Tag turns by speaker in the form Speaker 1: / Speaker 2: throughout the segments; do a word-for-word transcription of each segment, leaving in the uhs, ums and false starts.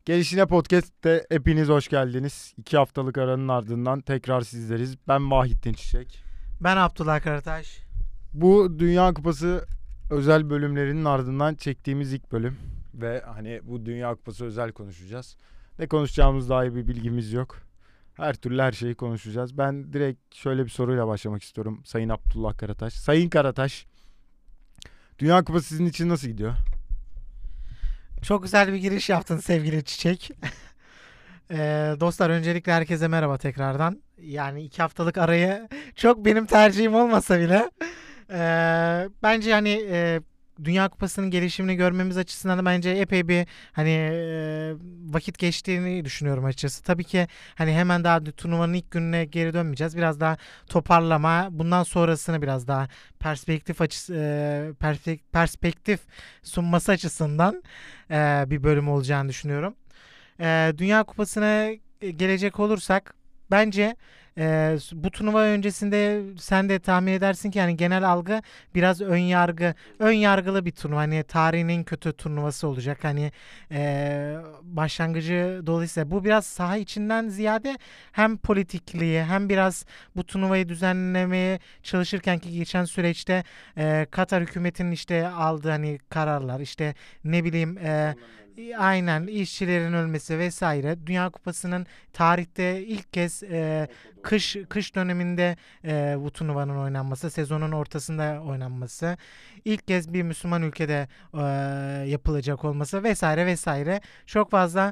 Speaker 1: Gelişine Podcast'te hepiniz hoş geldiniz. İki haftalık aranın ardından tekrar sizleriz. Ben Vahittin Çiçek.
Speaker 2: Ben Abdullah Karataş.
Speaker 1: Bu Dünya Kupası özel bölümlerinin ardından çektiğimiz ilk bölüm. Ve hani bu Dünya Kupası özel konuşacağız. Ne konuşacağımız dair bir bilgimiz yok. Her türlü her şeyi konuşacağız. Ben direkt şöyle bir soruyla başlamak istiyorum Sayın Abdullah Karataş. Sayın Karataş, Dünya Kupası sizin için nasıl gidiyor?
Speaker 2: Çok güzel bir giriş yaptın sevgili Çiçek. Ee, dostlar öncelikle herkese merhaba tekrardan. Yani iki haftalık arayı çok benim tercihim olmasa bile ee, bence hani e, Dünya Kupası'nın gelişimini görmemiz açısından da bence epey bir hani e, vakit geçtiğini düşünüyorum açıkçası. Tabii ki hani hemen daha turnuvanın ilk gününe geri dönmeyeceğiz. Biraz daha toparlama, bundan sonrasını biraz daha perspektif açısı e, perspek- perspektif sunması açısından e, bir bölüm olacağını düşünüyorum. Ee, Dünya Kupası'na gelecek olursak bence e, bu turnuva öncesinde sen de tahmin edersin ki yani genel algı biraz ön yargı ön yargılı bir turnuva. Hani tarihin en kötü turnuvası olacak. Hani e, başlangıcı dolayısıyla bu biraz saha içinden ziyade hem politikliği hem biraz bu turnuvayı düzenlemeye çalışırken ki geçen süreçte e, Katar hükümetinin işte aldığı hani kararlar işte ne bileyim e, aynen işçilerin ölmesi vesaire. Dünya Kupası'nın tarihte ilk kez e, kış kış döneminde e, bu turnuvanın oynanması, sezonun ortasında oynanması, ilk kez bir Müslüman ülkede e, yapılacak olması vesaire vesaire. Çok fazla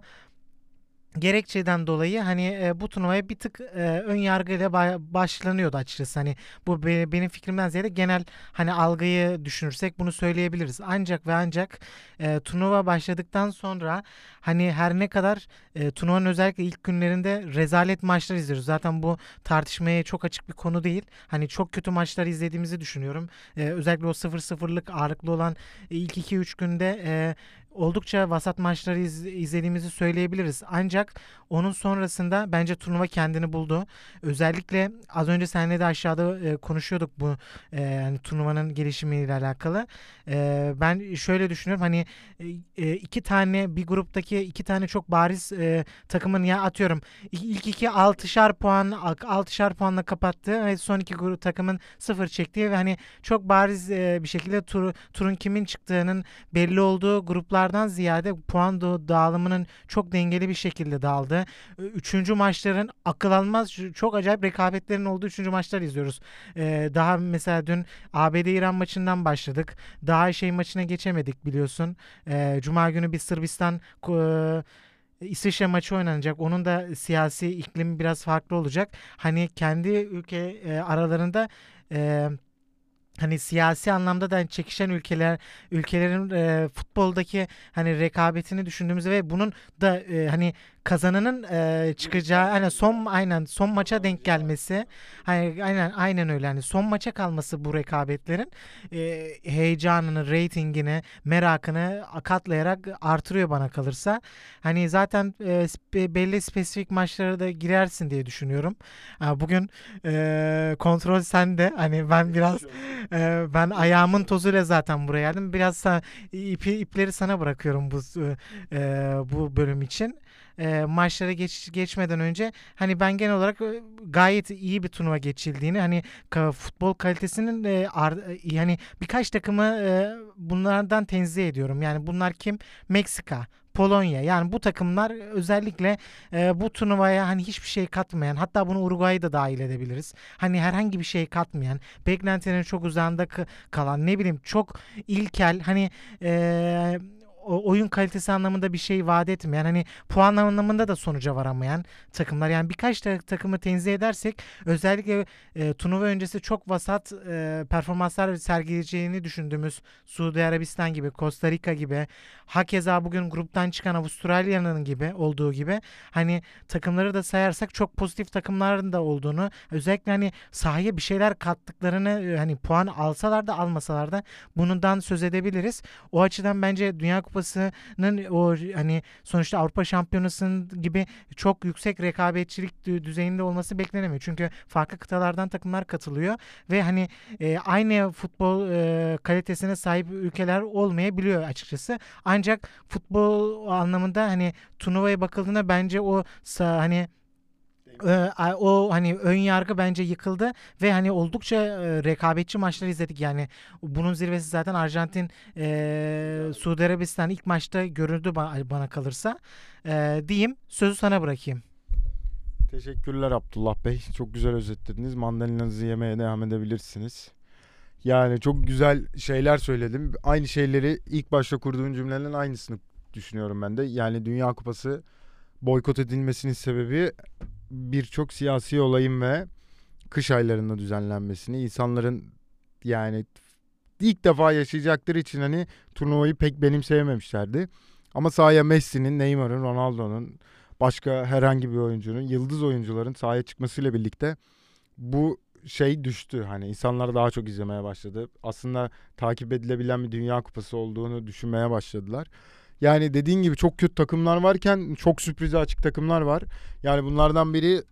Speaker 2: gerekçeden dolayı hani e, bu turnuvaya bir tık e, ön yargıyla ba- başlanıyordu açıkçası. Hani bu be- benim fikrimden ziyade genel hani algıyı düşünürsek bunu söyleyebiliriz. Ancak ve ancak e, turnuva başladıktan sonra hani her ne kadar e, turnuvanın özellikle ilk günlerinde rezalet maçlar izliyoruz. Zaten bu tartışmaya çok açık bir konu değil. Hani çok kötü maçlar izlediğimizi düşünüyorum. E, özellikle o sıfır sıfırlık ağırlıklı olan ilk iki üç günde e, oldukça vasat maçları iz- izlediğimizi söyleyebiliriz. Ancak onun sonrasında bence turnuva kendini buldu. Özellikle az önce seninle de aşağıda e, konuşuyorduk bu e, yani turnuvanın gelişimiyle alakalı. E, ben şöyle düşünüyorum hani e, e, iki tane bir gruptaki iki tane çok bariz e, takımın ya atıyorum i- ilk iki altışar puan altışar puanla kapattığı ve son iki grup takımın sıfır çektiği ve hani çok bariz e, bir şekilde tur, turun kimin çıktığının belli olduğu gruplardan ziyade puan da- dağılımının çok dengeli bir şekilde dağıldı. Üçüncü maçların akıl almaz çok acayip rekabetlerin olduğu üçüncü maçlar izliyoruz. Ee, daha mesela dün A B D İran maçından başladık. Daha şey maçına geçemedik biliyorsun. Ee, Cuma günü bir Sırbistan e, İsviçre maçı oynanacak. Onun da siyasi iklimi biraz farklı olacak. Hani kendi ülke e, aralarında e, hani siyasi anlamda da çekişen ülkeler ülkelerin e, futboldaki hani rekabetini düşündüğümüzde ve bunun da e, hani kazananın e, çıkacağı hani son aynen son maça denk gelmesi hani aynen aynen öyle hani son maça kalması bu rekabetlerin e, heyecanını, reytingini, merakını katlayarak artırıyor bana kalırsa. Hani zaten e, spe- belli spesifik maçlara da girersin diye düşünüyorum. Ha, bugün e, kontrol sende. Hani ben biraz ee, ben ayağımın tozuyla zaten buraya geldim. Biraz sa- ipi, ipleri sana bırakıyorum bu e, bu bölüm için. E, maçlara geç, geçmeden önce hani ben genel olarak e, gayet iyi bir turnuva geçildiğini hani ka- futbol kalitesinin e, ar- e, yani birkaç takımı e, bunlardan tenzih ediyorum. Yani bunlar kim? Meksika, Polonya. Yani bu takımlar özellikle e, bu turnuvaya hani hiçbir şey katmayan, hatta bunu Uruguay'ı da dahil edebiliriz. Hani herhangi bir şey katmayan, beklentilerin çok uzağında k- kalan ne bileyim çok ilkel hani eee, o- oyun kalitesi anlamında bir şey vaat etmeyen hani puan anlamında da sonuca varamayan takımlar yani birkaç ta- takımı tenzih edersek özellikle e, turnuva öncesi çok vasat e, performanslar sergileyeceğini düşündüğümüz Suudi Arabistan gibi, Costa Rica gibi, hakeza bugün gruptan çıkan Avustralya'nın gibi olduğu gibi hani takımları da sayarsak çok pozitif takımların da olduğunu, özellikle hani sahaya bir şeyler kattıklarını e, hani puan alsalar da almasalar da bundan söz edebiliriz. O açıdan bence Dünya Kupası Kupası'nın o hani sonuçta Avrupa Şampiyonası'nın gibi çok yüksek rekabetçilik dü- düzeyinde olması beklenemiyor. Çünkü farklı kıtalardan takımlar katılıyor ve hani e, aynı futbol e, kalitesine sahip ülkeler olmayabiliyor açıkçası. Ancak futbol anlamında hani turnuvaya bakıldığında bence o sa- hani e, a- o hani ön yargı bence yıkıldı ve hani oldukça e, rekabetçi maçlar izledik. Yani bunun zirvesi zaten Arjantin e, Suudi Arabistan ilk maçta görüldü ba- bana kalırsa. E, diyeyim, sözü sana bırakayım.
Speaker 1: Teşekkürler Abdullah Bey. Çok güzel özetlediniz. Mandalinanızı yemeye devam edebilirsiniz. Yani çok güzel şeyler söyledim. Aynı şeyleri ilk başta kurduğun cümlenin aynısını düşünüyorum ben de. Yani Dünya Kupası boykot edilmesinin sebebi birçok siyasi olayın ve kış aylarında düzenlenmesini, insanların yani ilk defa yaşayacakları için hani turnuvayı pek benimseyememişlerdi. Ama sahaya Messi'nin, Neymar'ın, Ronaldo'nun, başka herhangi bir oyuncunun, yıldız oyuncuların sahaya çıkmasıyla birlikte bu şey düştü. Hani insanlar daha çok izlemeye başladı. Aslında takip edilebilen bir Dünya Kupası olduğunu düşünmeye başladılar. Yani dediğin gibi çok kötü takımlar varken çok sürprize açık takımlar var. Yani bunlardan biri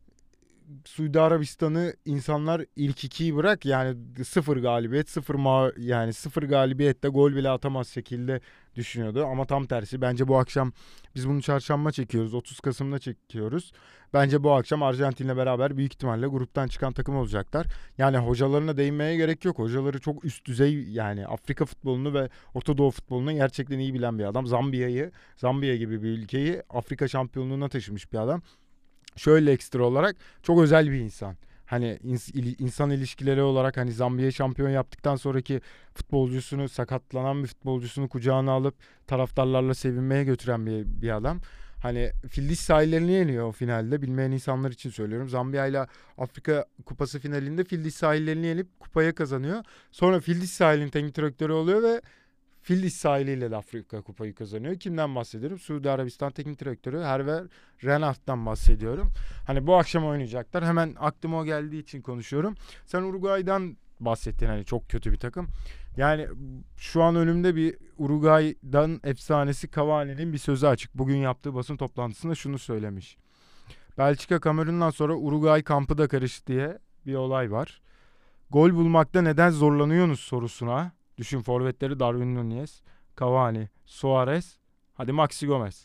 Speaker 1: Suudi Arabistan'ı insanlar ilk ikiyi bırak yani sıfır galibiyet sıfır ma yani sıfır galibiyette gol bile atamaz şekilde düşünüyordu ama tam tersi bence bu akşam biz bunu çarşamba çekiyoruz, otuz Kasım'da çekiyoruz. Bence bu akşam Arjantin'le beraber büyük ihtimalle gruptan çıkan takım olacaklar. Yani hocalarına değinmeye gerek yok. Hocaları çok üst düzey, yani Afrika futbolunu ve Orta Doğu futbolunu gerçekten iyi bilen bir adam. Zambiya'yı, Zambiya gibi bir ülkeyi Afrika şampiyonluğuna taşımış bir adam. Şöyle ekstra olarak çok özel bir insan. Hani ins- ili- insan ilişkileri olarak hani Zambiya şampiyon yaptıktan sonraki futbolcusunu, sakatlanan bir futbolcusunu kucağına alıp taraftarlarla sevinmeye götüren bir, bir adam. Hani Fildis sahillerini yeniyor o finalde. Bilmeyen insanlar için söylüyorum. Zambiya ile Afrika Kupası finalinde Fildis sahillerini yenip kupaya kazanıyor. Sonra Fildis sahilinin teknik direktörü oluyor ve Fildis sahiliyle de Afrika Kupayı kazanıyor. Kimden bahsediyorum? Suudi Arabistan Teknik Direktörü Hervé Renard'dan bahsediyorum. Hani bu akşam oynayacaklar. Hemen aklıma o geldiği için konuşuyorum. Sen Uruguay'dan bahsettin, hani çok kötü bir takım. Yani şu an önümde bir Uruguay'dan efsanesi Cavani'nin bir sözü açık. Bugün yaptığı basın toplantısında şunu söylemiş. Belçika Kamerun'dan sonra Uruguay kampı da karıştı diye bir olay var. Gol bulmakta neden zorlanıyorsunuz sorusuna, düşün forvetleri Darwin Nunez, Cavani, Suarez, hadi Maxi Gomez.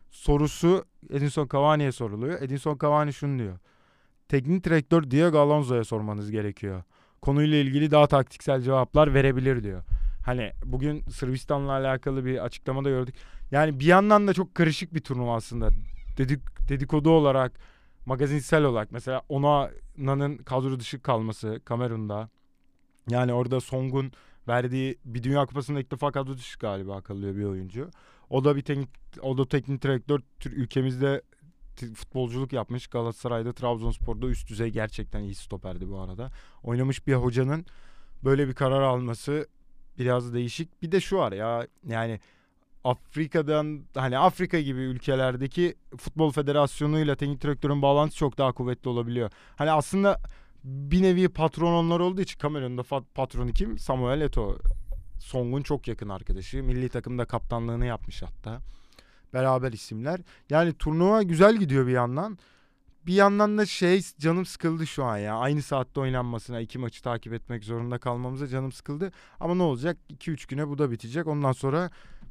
Speaker 1: Sorusu Edinson Cavani'ye soruluyor. Edinson Cavani şunu diyor. Teknik direktör Diego Alonso'ya sormanız gerekiyor. Konuyla ilgili daha taktiksel cevaplar verebilir diyor. Hani bugün Sırbistan'la alakalı bir açıklamada gördük. Yani bir yandan da çok karışık bir turnuva aslında. Dedik, dedikodu olarak, magazinsel olarak mesela Onana'nın kadro dışı kalması Kamerun'da. Yani orada Song'un verdiği bir Dünya Kupası'nda ilk defa kadro dışı galiba kalıyor bir oyuncu. O da bir teknik, o da teknik direktör, ülkemizde futbolculuk yapmış. Galatasaray'da, Trabzonspor'da üst düzey gerçekten iyi stoperdi bu arada. Oynamış bir hocanın böyle bir karar alması biraz değişik. Bir de şu var ya, yani Afrika'dan, hani Afrika gibi ülkelerdeki futbol federasyonuyla teknik direktörün bağlantısı çok daha kuvvetli olabiliyor. Hani aslında bir nevi patron onlar olduğu için Kamerun'da patronu kim? Samuel Eto'o. Song'un çok yakın arkadaşı. Milli takımda kaptanlığını yapmış hatta. Beraber isimler. Yani turnuva güzel gidiyor bir yandan. Bir yandan da şey, canım sıkıldı şu an ya. Aynı saatte oynanmasına, iki maçı takip etmek zorunda kalmamıza canım sıkıldı. Ama ne olacak? iki üç güne bu da bitecek. Ondan sonra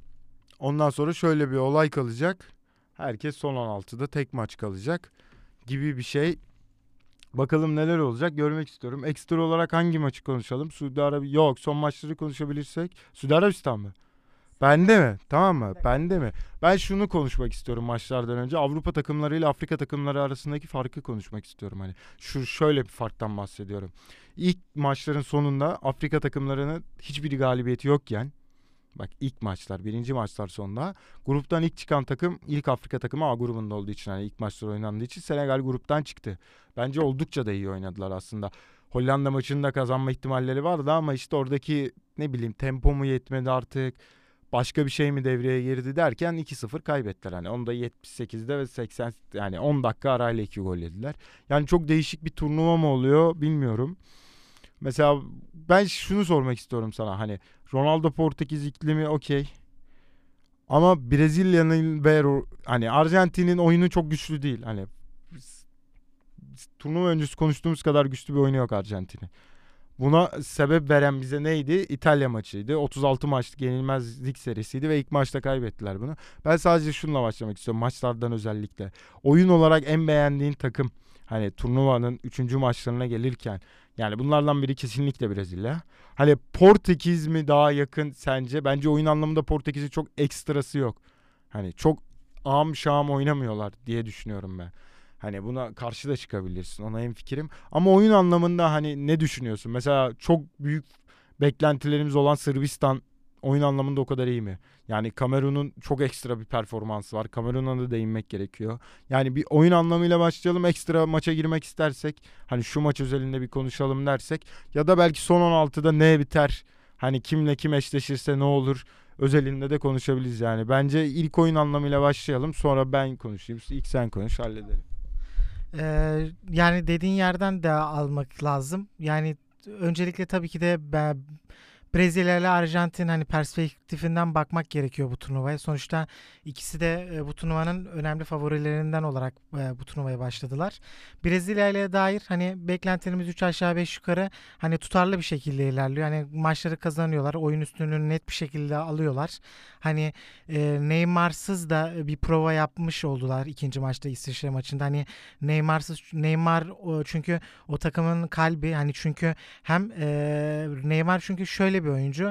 Speaker 1: ondan sonra şöyle bir olay kalacak. Herkes son on altıda tek maç kalacak gibi bir şey. Bakalım neler olacak, görmek istiyorum. Ekstra olarak hangi maçı konuşalım? Suudi Arabistan. Yok, son maçları konuşabilirsek. Suudi Arabistan mı? Bende mi? Tamam mı? Bende mi? Ben şunu konuşmak istiyorum maçlardan önce. Avrupa takımlarıyla Afrika takımları arasındaki farkı konuşmak istiyorum. Hani şu şöyle bir farktan bahsediyorum. İlk maçların sonunda Afrika takımlarının hiçbir galibiyeti yokken, bak ilk maçlar, birinci maçlar sonunda gruptan ilk çıkan takım, ilk Afrika takımı A grubunda olduğu için, hani ilk maçlar oynandığı için Senegal gruptan çıktı. Bence oldukça da iyi oynadılar aslında. Hollanda maçını da kazanma ihtimalleri vardı ama işte oradaki ne bileyim tempo mu yetmedi artık, başka bir şey mi devreye girdi derken iki sıfır kaybettiler. Hani onu da yetmiş sekizde ve seksen, yani on dakika arayla iki gol yediler. Yani çok değişik bir turnuva mı oluyor bilmiyorum. Mesela ben şunu sormak istiyorum sana, hani Ronaldo Portekiz iklimi okey. Ama Brezilya'nın ve Ro- hani Arjantin'in oyunu çok güçlü değil. Hani biz- biz turnuva öncesi konuştuğumuz kadar güçlü bir oyunu yok Arjantin'in. Buna sebep veren bize neydi? İtalya maçıydı. otuz altı maçlık yenilmezlik serisiydi ve ilk maçta kaybettiler bunu. Ben sadece şununla başlamak istiyorum maçlardan özellikle. Oyun olarak en beğendiğin takım hani turnuvanın üçüncü maçlarına gelirken yani bunlardan biri kesinlikle Brezilya. Hani Portekiz mi daha yakın sence? Bence oyun anlamında Portekiz'in çok ekstrası yok. Hani çok ağam şahım oynamıyorlar diye düşünüyorum ben. Hani buna karşı da çıkabilirsin. Ona hemfikirim. Ama oyun anlamında hani ne düşünüyorsun? Mesela çok büyük beklentilerimiz olan Sırbistan oyun anlamında o kadar iyi mi? Yani Kamerun'un çok ekstra bir performansı var. Kamerun'a da değinmek gerekiyor. Yani bir oyun anlamıyla başlayalım. Ekstra maça girmek istersek hani şu maç özelinde bir konuşalım dersek ya da belki son on altıda ne biter? Hani kimle kim eşleşirse ne olur? Özelinde de konuşabiliriz yani. Bence ilk oyun anlamıyla başlayalım. Sonra ben konuşayım. İlk sen konuş halledelim.
Speaker 2: Ee, yani dediğin yerden de almak lazım. Yani öncelikle tabii ki de ben Brezilya ile Arjantin hani perspektifinden bakmak gerekiyor bu turnuvaya. Sonuçta ikisi de e, bu turnuvanın önemli favorilerinden olarak e, bu turnuvaya başladılar. Brezilya ile dair hani beklentilerimiz üç aşağı beş yukarı hani tutarlı bir şekilde ilerliyor. Hani maçları kazanıyorlar. Oyun üstünlüğünü net bir şekilde alıyorlar. Hani e, Neymar'sız da bir prova yapmış oldular ikinci maçta İsviçre maçında. Hani Neymar'sız Neymar o, çünkü o takımın kalbi hani çünkü hem e, Neymar çünkü şöyle bir oyuncu.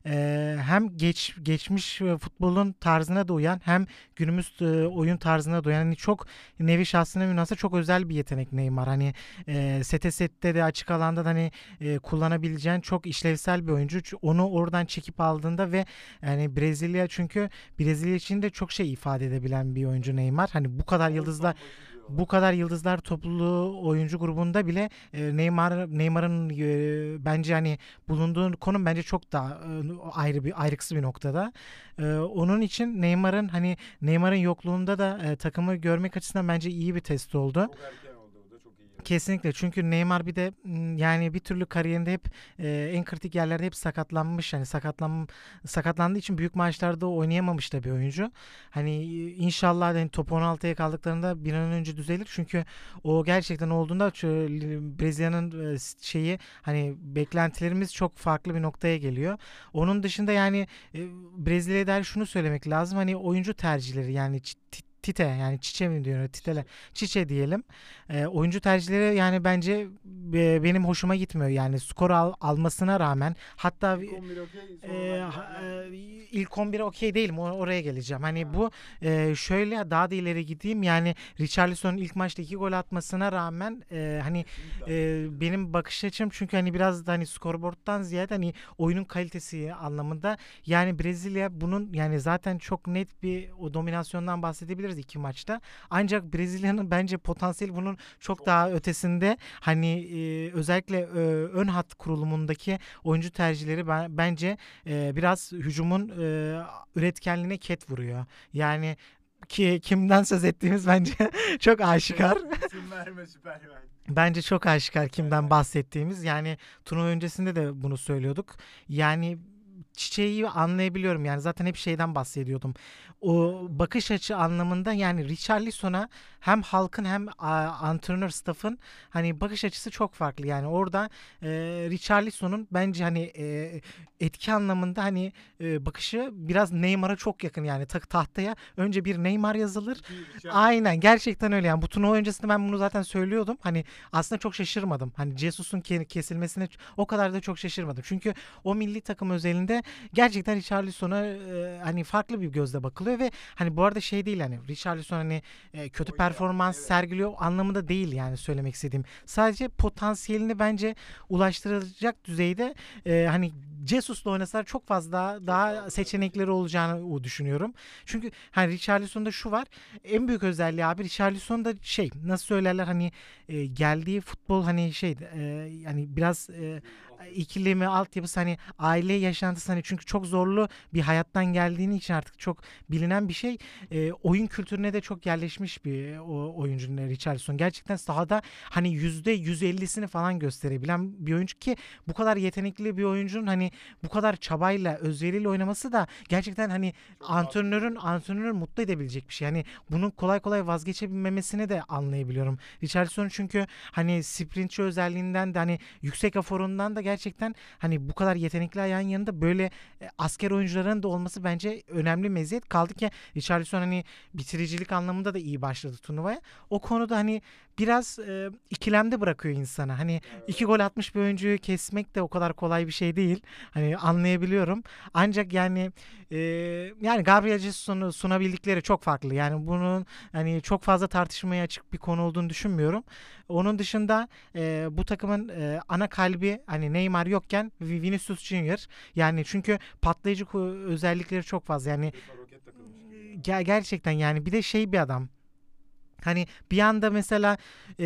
Speaker 2: E, hem geç geçmiş e, futbolun tarzına da uyan hem günümüz e, oyun tarzına da uyan hani çok nevi şahsına münhasır çok özel bir yetenek Neymar. Hani e, sete sette de açık alanda da hani e, kullanabileceğin çok işlevsel bir oyuncu. Ç- Onu oradan çekip aldığında ve yani Brezilya çünkü Brezilya için de çok şey ifade edebilen bir oyuncu Neymar. Hani bu kadar yıldızla bu kadar yıldızlar topluluğu oyuncu grubunda bile e, Neymar Neymar'ın e, bence hani bulunduğu konum bence çok daha e, ayrı bir ayrıksı bir noktada. E, onun için Neymar'ın hani Neymar'ın yokluğunda da e, takımı görmek açısından bence iyi bir test oldu.
Speaker 1: Çok erken oldu bu da çok iyi oldu.
Speaker 2: Kesinlikle çünkü Neymar bir de m, yani bir türlü kariyerinde hep e, en kritik yerlerde hep sakatlanmış. Yani sakatlan sakatlandığı için büyük maçlarda oynayamamış da bir oyuncu. Hani e, inşallah hani top on altıya kaldıklarında bir an önce düzelir. Çünkü o gerçekten olduğunda şu- Brezilya'nın e, şeyi hani beklentilerimiz çok farklı bir noktaya geliyor. Onun dışında yani e, Brezilya'ya dair şunu söylemek lazım. Hani oyuncu tercihleri yani Ç- Tite yani Çiçe mi diyor Titele Çiçe diyelim. E, oyuncu tercihleri yani bence e, benim hoşuma gitmiyor. Yani skor al- almasına rağmen hatta
Speaker 1: İlk on bir okey
Speaker 2: e,
Speaker 1: sonradan
Speaker 2: ha-
Speaker 1: geldiler
Speaker 2: e,
Speaker 1: mi?
Speaker 2: ilk on bire okey değilim. O- oraya geleceğim. Hani
Speaker 1: Ha.
Speaker 2: bu e, şöyle daha da ileri gideyim. Yani Richarlison'un ilk maçta iki gol atmasına rağmen e, hani
Speaker 1: Kesinlikle hak
Speaker 2: e,
Speaker 1: ediyor.
Speaker 2: benim bakış açım çünkü hani biraz da hani skorboardtan ziyade hani oyunun kalitesi anlamında yani Brezilya bunun yani zaten çok net bir o dominasyondan bahsedebiliriz iki maçta. Ancak Brezilya'nın bence potansiyeli bunun çok
Speaker 1: Çok
Speaker 2: daha
Speaker 1: fazla.
Speaker 2: ötesinde. Hani e, özellikle e, ön hat kurulumundaki oyuncu tercihleri ben, bence e, biraz hücumun e, üretkenliğine ket vuruyor. Yani ki kimden söz ettiğimiz bence çok aşikar.
Speaker 1: İsim verme Süpermen.
Speaker 2: Bence çok aşikar kimden
Speaker 1: Süpermen.
Speaker 2: bahsettiğimiz. Yani turnuva öncesinde de bunu söylüyorduk. Yani Çiçeği anlayabiliyorum yani zaten hep şeyden bahsediyordum. O bakış açı anlamında yani Richarlison'a hem halkın hem a, antrenör staff'ın hani bakış açısı çok farklı. Yani orada e, Richarlison'un bence hani e, etki anlamında hani e, bakışı biraz Neymar'a çok yakın yani tak tahtaya önce bir Neymar yazılır.
Speaker 1: İki Richarlison.
Speaker 2: Aynen gerçekten öyle yani bu turnuva öncesinde ben bunu zaten söylüyordum. Hani aslında çok şaşırmadım. Hani Jesus'un ke- kesilmesine o kadar da çok şaşırmadım. Çünkü o milli takım özelinde gerçekten Richarlison'a e, hani farklı bir gözle bakılıyor ve hani bu arada şey değil hani Richarlison hani e, kötü
Speaker 1: Oynuyor.
Speaker 2: performans
Speaker 1: Evet.
Speaker 2: sergiliyor anlamında değil yani söylemek istediğim. Sadece potansiyelini bence ulaştıracak düzeyde e, hani Jesus'la oynasalar çok fazla
Speaker 1: Çok
Speaker 2: daha
Speaker 1: daha
Speaker 2: seçenekleri olacağını düşünüyorum. Çünkü hani Richarlison'da şu var. En büyük özelliği abi Richarlison'da şey nasıl söylerler hani e, geldiği futbol hani şey e, yani biraz e, iklimi, altyapısı, hani aile yaşantısı, hani çünkü çok zorlu bir hayattan geldiğini için artık çok bilinen bir şey. E, oyun kültürüne de çok yerleşmiş bir o oyuncu Richarlison. Gerçekten sahada hani yüzde yüz ellisini falan gösterebilen bir oyuncu ki bu kadar yetenekli bir oyuncunun hani bu kadar çabayla, özveriyle oynaması da gerçekten hani antrenörün antrenörü mutlu edebilecek bir şey. Yani bunun kolay kolay vazgeçebilmemesini de anlayabiliyorum. Richarlison çünkü hani sprintçi özelliğinden de hani yüksek aforundan da gerçekten hani bu kadar yetenekli ayağın yanında böyle e, asker oyuncuların da olması bence önemli meziyet. Kaldı ki Richarlison hani bitiricilik anlamında da iyi başladı turnuvaya. O konuda hani biraz e, ikilemde bırakıyor insana. Hani iki gol atmış bir oyuncuyu kesmek de o kadar kolay bir şey değil. Hani anlayabiliyorum. Ancak yani e, yani Gabriel Jesus'un sunabildikleri çok farklı. Yani bunun hani çok fazla tartışmaya açık bir konu olduğunu düşünmüyorum. Onun dışında e, bu takımın e, ana kalbi hani Neymar yokken Vinicius Junior. Yani çünkü patlayıcı ku- özellikleri çok fazla. Yani ger- gerçekten yani bir de şey bir adam. Hani bir anda mesela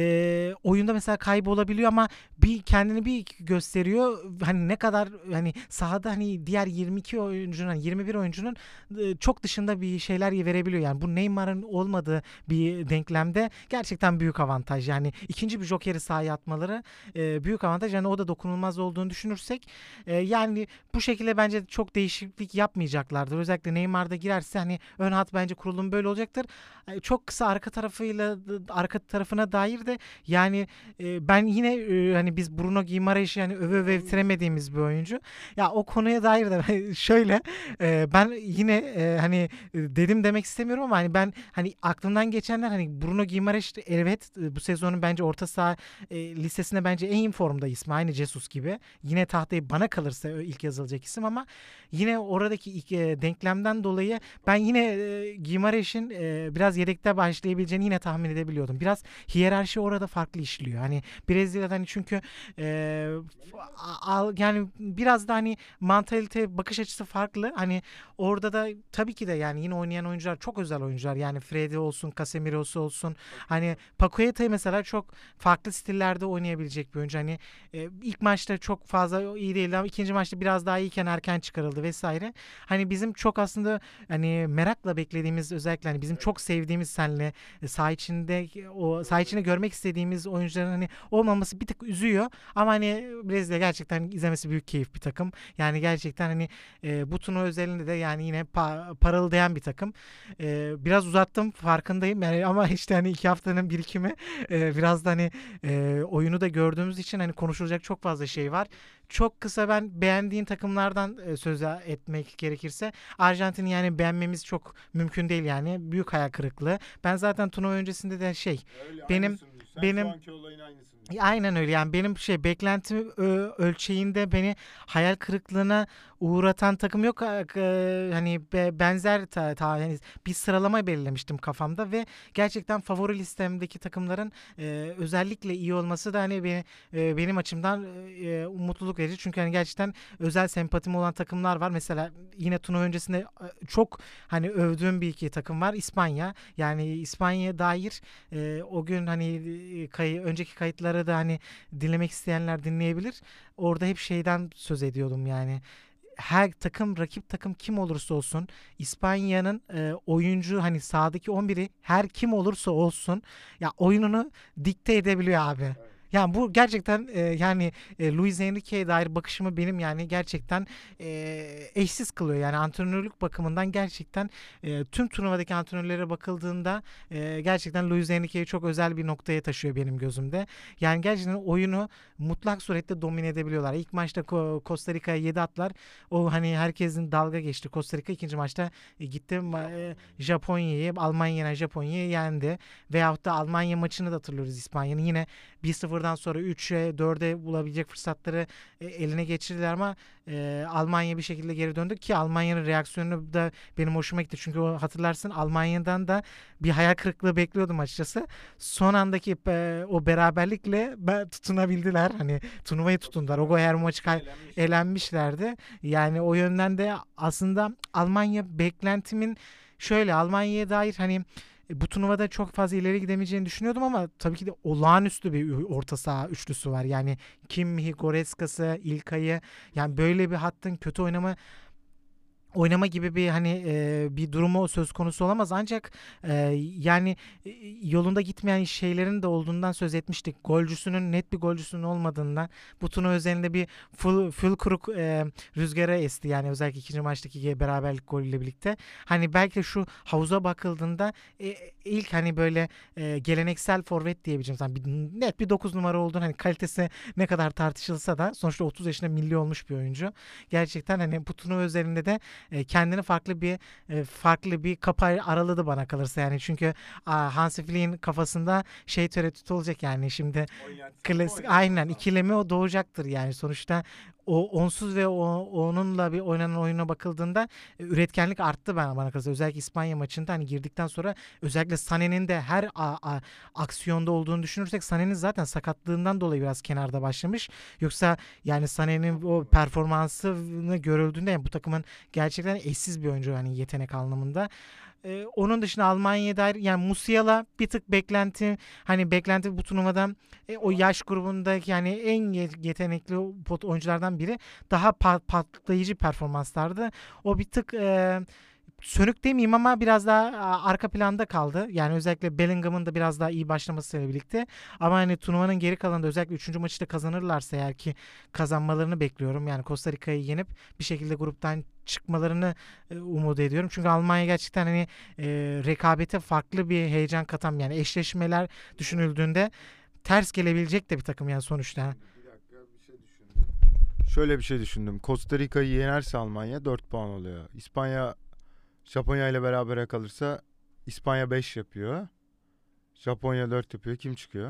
Speaker 2: e, oyunda mesela kaybolabiliyor ama bir kendini bir gösteriyor. Hani ne kadar hani sahada hani diğer yirmi iki oyuncunun hani yirmi bir oyuncunun e, çok dışında bir şeyler verebiliyor. Yani bu Neymar'ın olmadığı bir denklemde gerçekten büyük avantaj. Yani ikinci bir jokeri sahaya atmaları e, büyük avantaj. Yani o da dokunulmaz olduğunu düşünürsek e, yani bu şekilde bence çok değişiklik yapmayacaklardır. Özellikle Neymar'da girerse hani ön hat bence kurulum böyle olacaktır. E, Çok kısa arka tarafıyla arka tarafına dair de yani e, ben yine e, hani biz Bruno Guimaraes'i yani öve öve bitiremediğimiz bir oyuncu. Ya o konuya dair de ben şöyle e, ben yine e, hani e, dedim demek istemiyorum ama hani ben hani aklımdan geçenler hani Bruno Guimaraes evet e, bu sezonun bence orta saha e, listesinde bence en iyi formda ismi aynı Jesus gibi. Yine tahtayı bana kalırsa ilk yazılacak isim ama yine oradaki ilk, e, denklemden dolayı ben yine e, Gimareş'in e, biraz yedekte başlayabileceğini yine tahmin edebiliyordum. Biraz hiyerarşi orada farklı işliyor. Hani Brezilya'da hani çünkü e, al, yani biraz da hani mantalite bakış açısı farklı. Hani orada da tabii ki de yani yine oynayan oyuncular çok özel oyuncular. Yani Freddy olsun, Casemiro'su olsun. Hani Paqueta mesela çok farklı stillerde oynayabilecek bir oyuncu. Hani e, ilk maçta çok fazla iyi değildi ama ikinci maçta biraz daha iyiyken erken çıkarıldı vesaire. Hani bizim çok aslında hani merakla beklediğimiz özellikle hani bizim çok sevdiğimiz senle e, saha içinde o saha içinde görmek istediğimiz oyuncuların hani olmaması bir tık üzüyor ama hani Brezilya gerçekten izlemesi büyük keyif bir takım. Yani gerçekten hani e, bu turnuva özelinde de yani yine pa- parıldayan bir takım. E, biraz uzattım farkındayım yani ama işte hani iki haftanın birikimi e, biraz da hani e, oyunu da gördüğümüz için hani konuşulacak çok fazla şey var. Çok kısa ben beğendiğin takımlardan e, söz etmek gerekirse Arjantin'i yani beğenmemiz çok mümkün değil yani. Büyük hayal kırıklığı. Ben zaten turnuva öncesinde de şey
Speaker 1: Öyle
Speaker 2: benim
Speaker 1: aynısını düşün. Sen şu
Speaker 2: benim
Speaker 1: anki olayın aynısını düşün.
Speaker 2: aynen öyle yani benim şey beklentim ö- ölçeğinde beni hayal kırıklığına uğratan takım yok. Ee, e, Hani be- benzer ta, ta- yani bir sıralama belirlemiştim kafamda ve gerçekten favori listemdeki takımların e, özellikle iyi olması da hani be- e, benim açımdan e, mutluluk verici. Çünkü hani gerçekten özel sempatim olan takımlar var. Mesela yine turnuva öncesinde e, çok hani övdüğüm bir iki takım var. İspanya. Yani İspanya'ya dair e, o gün hani e, kayı, önceki kayıtları da hani dinlemek isteyenler dinleyebilir. Orada hep şeyden söz ediyordum yani. Her takım rakip takım kim olursa olsun İspanya'nın e, oyuncu hani sahadaki on biri her kim olursa olsun ya oyununu dikte edebiliyor abi.
Speaker 1: Evet.
Speaker 2: Yani bu gerçekten e, yani e, Luis Enrique'ye dair bakışımı benim yani gerçekten e, eşsiz kılıyor. Yani antrenörlük bakımından gerçekten e, tüm turnuvadaki antrenörlere bakıldığında e, gerçekten Luis Enrique'yi çok özel bir noktaya taşıyor benim gözümde. Yani gerçekten oyunu mutlak surette domine edebiliyorlar. İlk maçta Ko- Costa Rica'ya yedi atlar. O hani herkesin dalga geçti. Costa Rica ikinci maçta e, gitti ma- e, Japonya'yı, Almanya'ya Japonya'yı yendi. Veyahut da Almanya maçını da hatırlıyoruz İspanya'nın. Yine bir sıfırdan sonra üçe dörde bulabilecek fırsatları e, eline geçirdiler ama e, Almanya bir şekilde geri döndü ki Almanya'nın reaksiyonu da benim hoşuma gitti. Çünkü o hatırlarsın Almanya'dan da bir hayal kırıklığı bekliyordum açıkçası. Son andaki e, o beraberlikle ben tutunabildiler. Hani turnuvayı tutundular. O her maçı kay-
Speaker 1: Eğlenmiş.
Speaker 2: elenmişlerdi. Yani o yönden de aslında Almanya beklentimin şöyle Almanya'ya dair hani E, bu turnuvada çok fazla ileri gidemeyeceğini düşünüyordum ama tabii ki de olağanüstü bir orta saha üçlüsü var. Yani Kimmih'i, Goreska'sı, İlkay'ı, yani böyle bir hattın kötü oynama oynama gibi bir hani e, bir durumu söz konusu olamaz ancak e, yani e, yolunda gitmeyen şeylerin de olduğundan söz etmiştik. Golcüsünün net bir golcüsünün olmadığından bu turnuva üzerinde bir full full kuruk e, rüzgara esti yani özellikle ikinci maçtaki beraberlik golüyle birlikte. Hani belki de şu havuza bakıldığında e, ilk hani böyle e, geleneksel forvet diyebileceğim. Yani bir, net bir dokuz numara olduğunu hani kalitesi ne kadar tartışılsa da sonuçta otuz yaşında milli olmuş bir oyuncu. Gerçekten hani bu turnuva üzerinde de e, kendini farklı bir e, farklı bir kapı araladı bana kalırsa yani çünkü a, Hansi Flick'in kafasında şey tereddütü olacak yani şimdi klasik aynen ikilemi o doğacaktır yani sonuçta o onsuz ve o, onunla bir oynanan oyuna bakıldığında e, üretkenlik arttı bana bana kalırsa özellikle İspanya maçında hani girdikten sonra özellikle Sané'nin de her a, a, aksiyonda olduğunu düşünürsek Sané'nin zaten sakatlığından dolayı biraz kenarda başlamış yoksa yani Sané'nin o performansını görüldüğünde yani bu takımın gerçekten eşsiz bir oyuncu yani yetenek anlamında. Ee, onun dışında Almanya'ya dair yani Musiala bir tık beklenti hani beklenti bu turnuvadan e, o yaş grubundaki yani en yetenekli pot oyunculardan biri daha pa- patlayıcı performanslardı. O bir tık e, sönük demeyeyim ama biraz daha a, arka planda kaldı. Yani özellikle Bellingham'ın da biraz daha iyi başlamasıyla birlikte. Ama hani turnuvanın geri kalanında özellikle üçüncü maçı da kazanırlarsa eğer ki kazanmalarını bekliyorum. Yani Costa Rica'yı yenip bir şekilde gruptan çıkmalarını e, umut ediyorum. Çünkü Almanya gerçekten hani e, rekabete farklı bir heyecan katan yani eşleşmeler düşünüldüğünde ters gelebilecek de bir takım yani sonuçta.
Speaker 1: Bir dakika bir şey düşündüm. Şöyle bir şey düşündüm. Costa Rica'yı yenerse Almanya dört puan oluyor. İspanya Japonya ile berabere kalırsa İspanya beş yapıyor. Japonya dört yapıyor. Kim çıkıyor?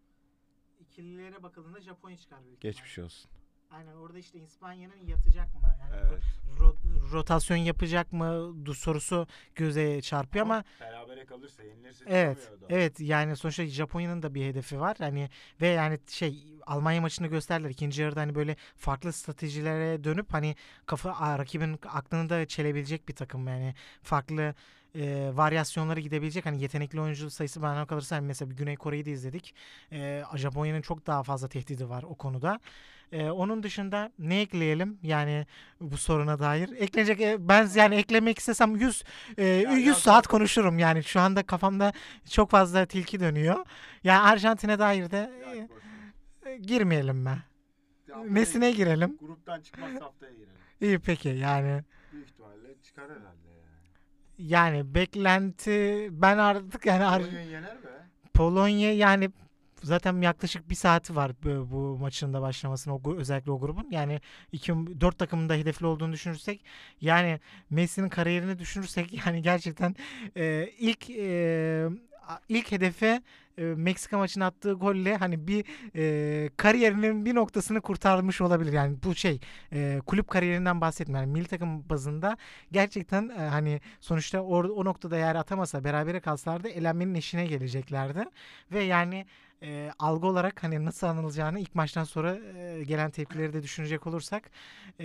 Speaker 2: İkililere bakıldığında Japonya çıkar büyük
Speaker 1: Geçmiş olsun.
Speaker 2: Aynen orada işte İspanya'nın yatacak mı? Yani
Speaker 1: Evet.
Speaker 2: ro- rotasyon yapacak mı du- sorusu göze çarpıyor ama,
Speaker 1: berabere kalırsa yenilirse
Speaker 2: evet evet yani sonuçta Japonya'nın da bir hedefi var. Hani ve yani şey Almanya maçını gösterdiler. İkinci yarıda hani böyle farklı stratejilere dönüp hani kafa a, rakibin aklını da çelebilecek bir takım yani farklı e, varyasyonlara gidebilecek hani yetenekli oyuncu sayısı bana kalırsa hani mesela bir Güney Kore'yi de izledik. E, Japonya'nın çok daha fazla tehdidi var o konuda. Ee, onun dışında ne ekleyelim yani bu soruna dair? Eklenecek e, ben yani eklemek istesem yüz e, yüz saat konuşurum yani şu anda kafamda çok fazla tilki dönüyor. Yani Arjantin'e dair de e, e, girmeyelim mi? Nesine girelim?
Speaker 1: Gruptan çıkmaz haftaya girelim.
Speaker 2: İyi peki yani
Speaker 1: Büyük ihtimalle çıkar herhalde yani.
Speaker 2: yani beklenti ben artık yani Ar-
Speaker 1: Polonya yener be.
Speaker 2: Polonya yani zaten yaklaşık bir saati var bu, bu maçın da başlamasına o, gru- özellikle o grubun. Yani iki dört takımın da hedefli olduğunu düşünürsek yani Messi'nin kariyerini düşünürsek yani gerçekten e, ilk e, a- ilk hedefe e, Meksika maçına attığı golle hani bir e, kariyerinin bir noktasını kurtarmış olabilir. Yani bu şey e, kulüp kariyerinden bahsetmiyorum. Yani milli takım bazında gerçekten e, hani sonuçta or, o noktada eğer atamasa berabere kalsalardı elenmenin eşine geleceklerdi. Ve yani e, algı olarak hani nasıl anılacağını ilk maçtan sonra e, gelen tepkileri de düşünecek olursak e,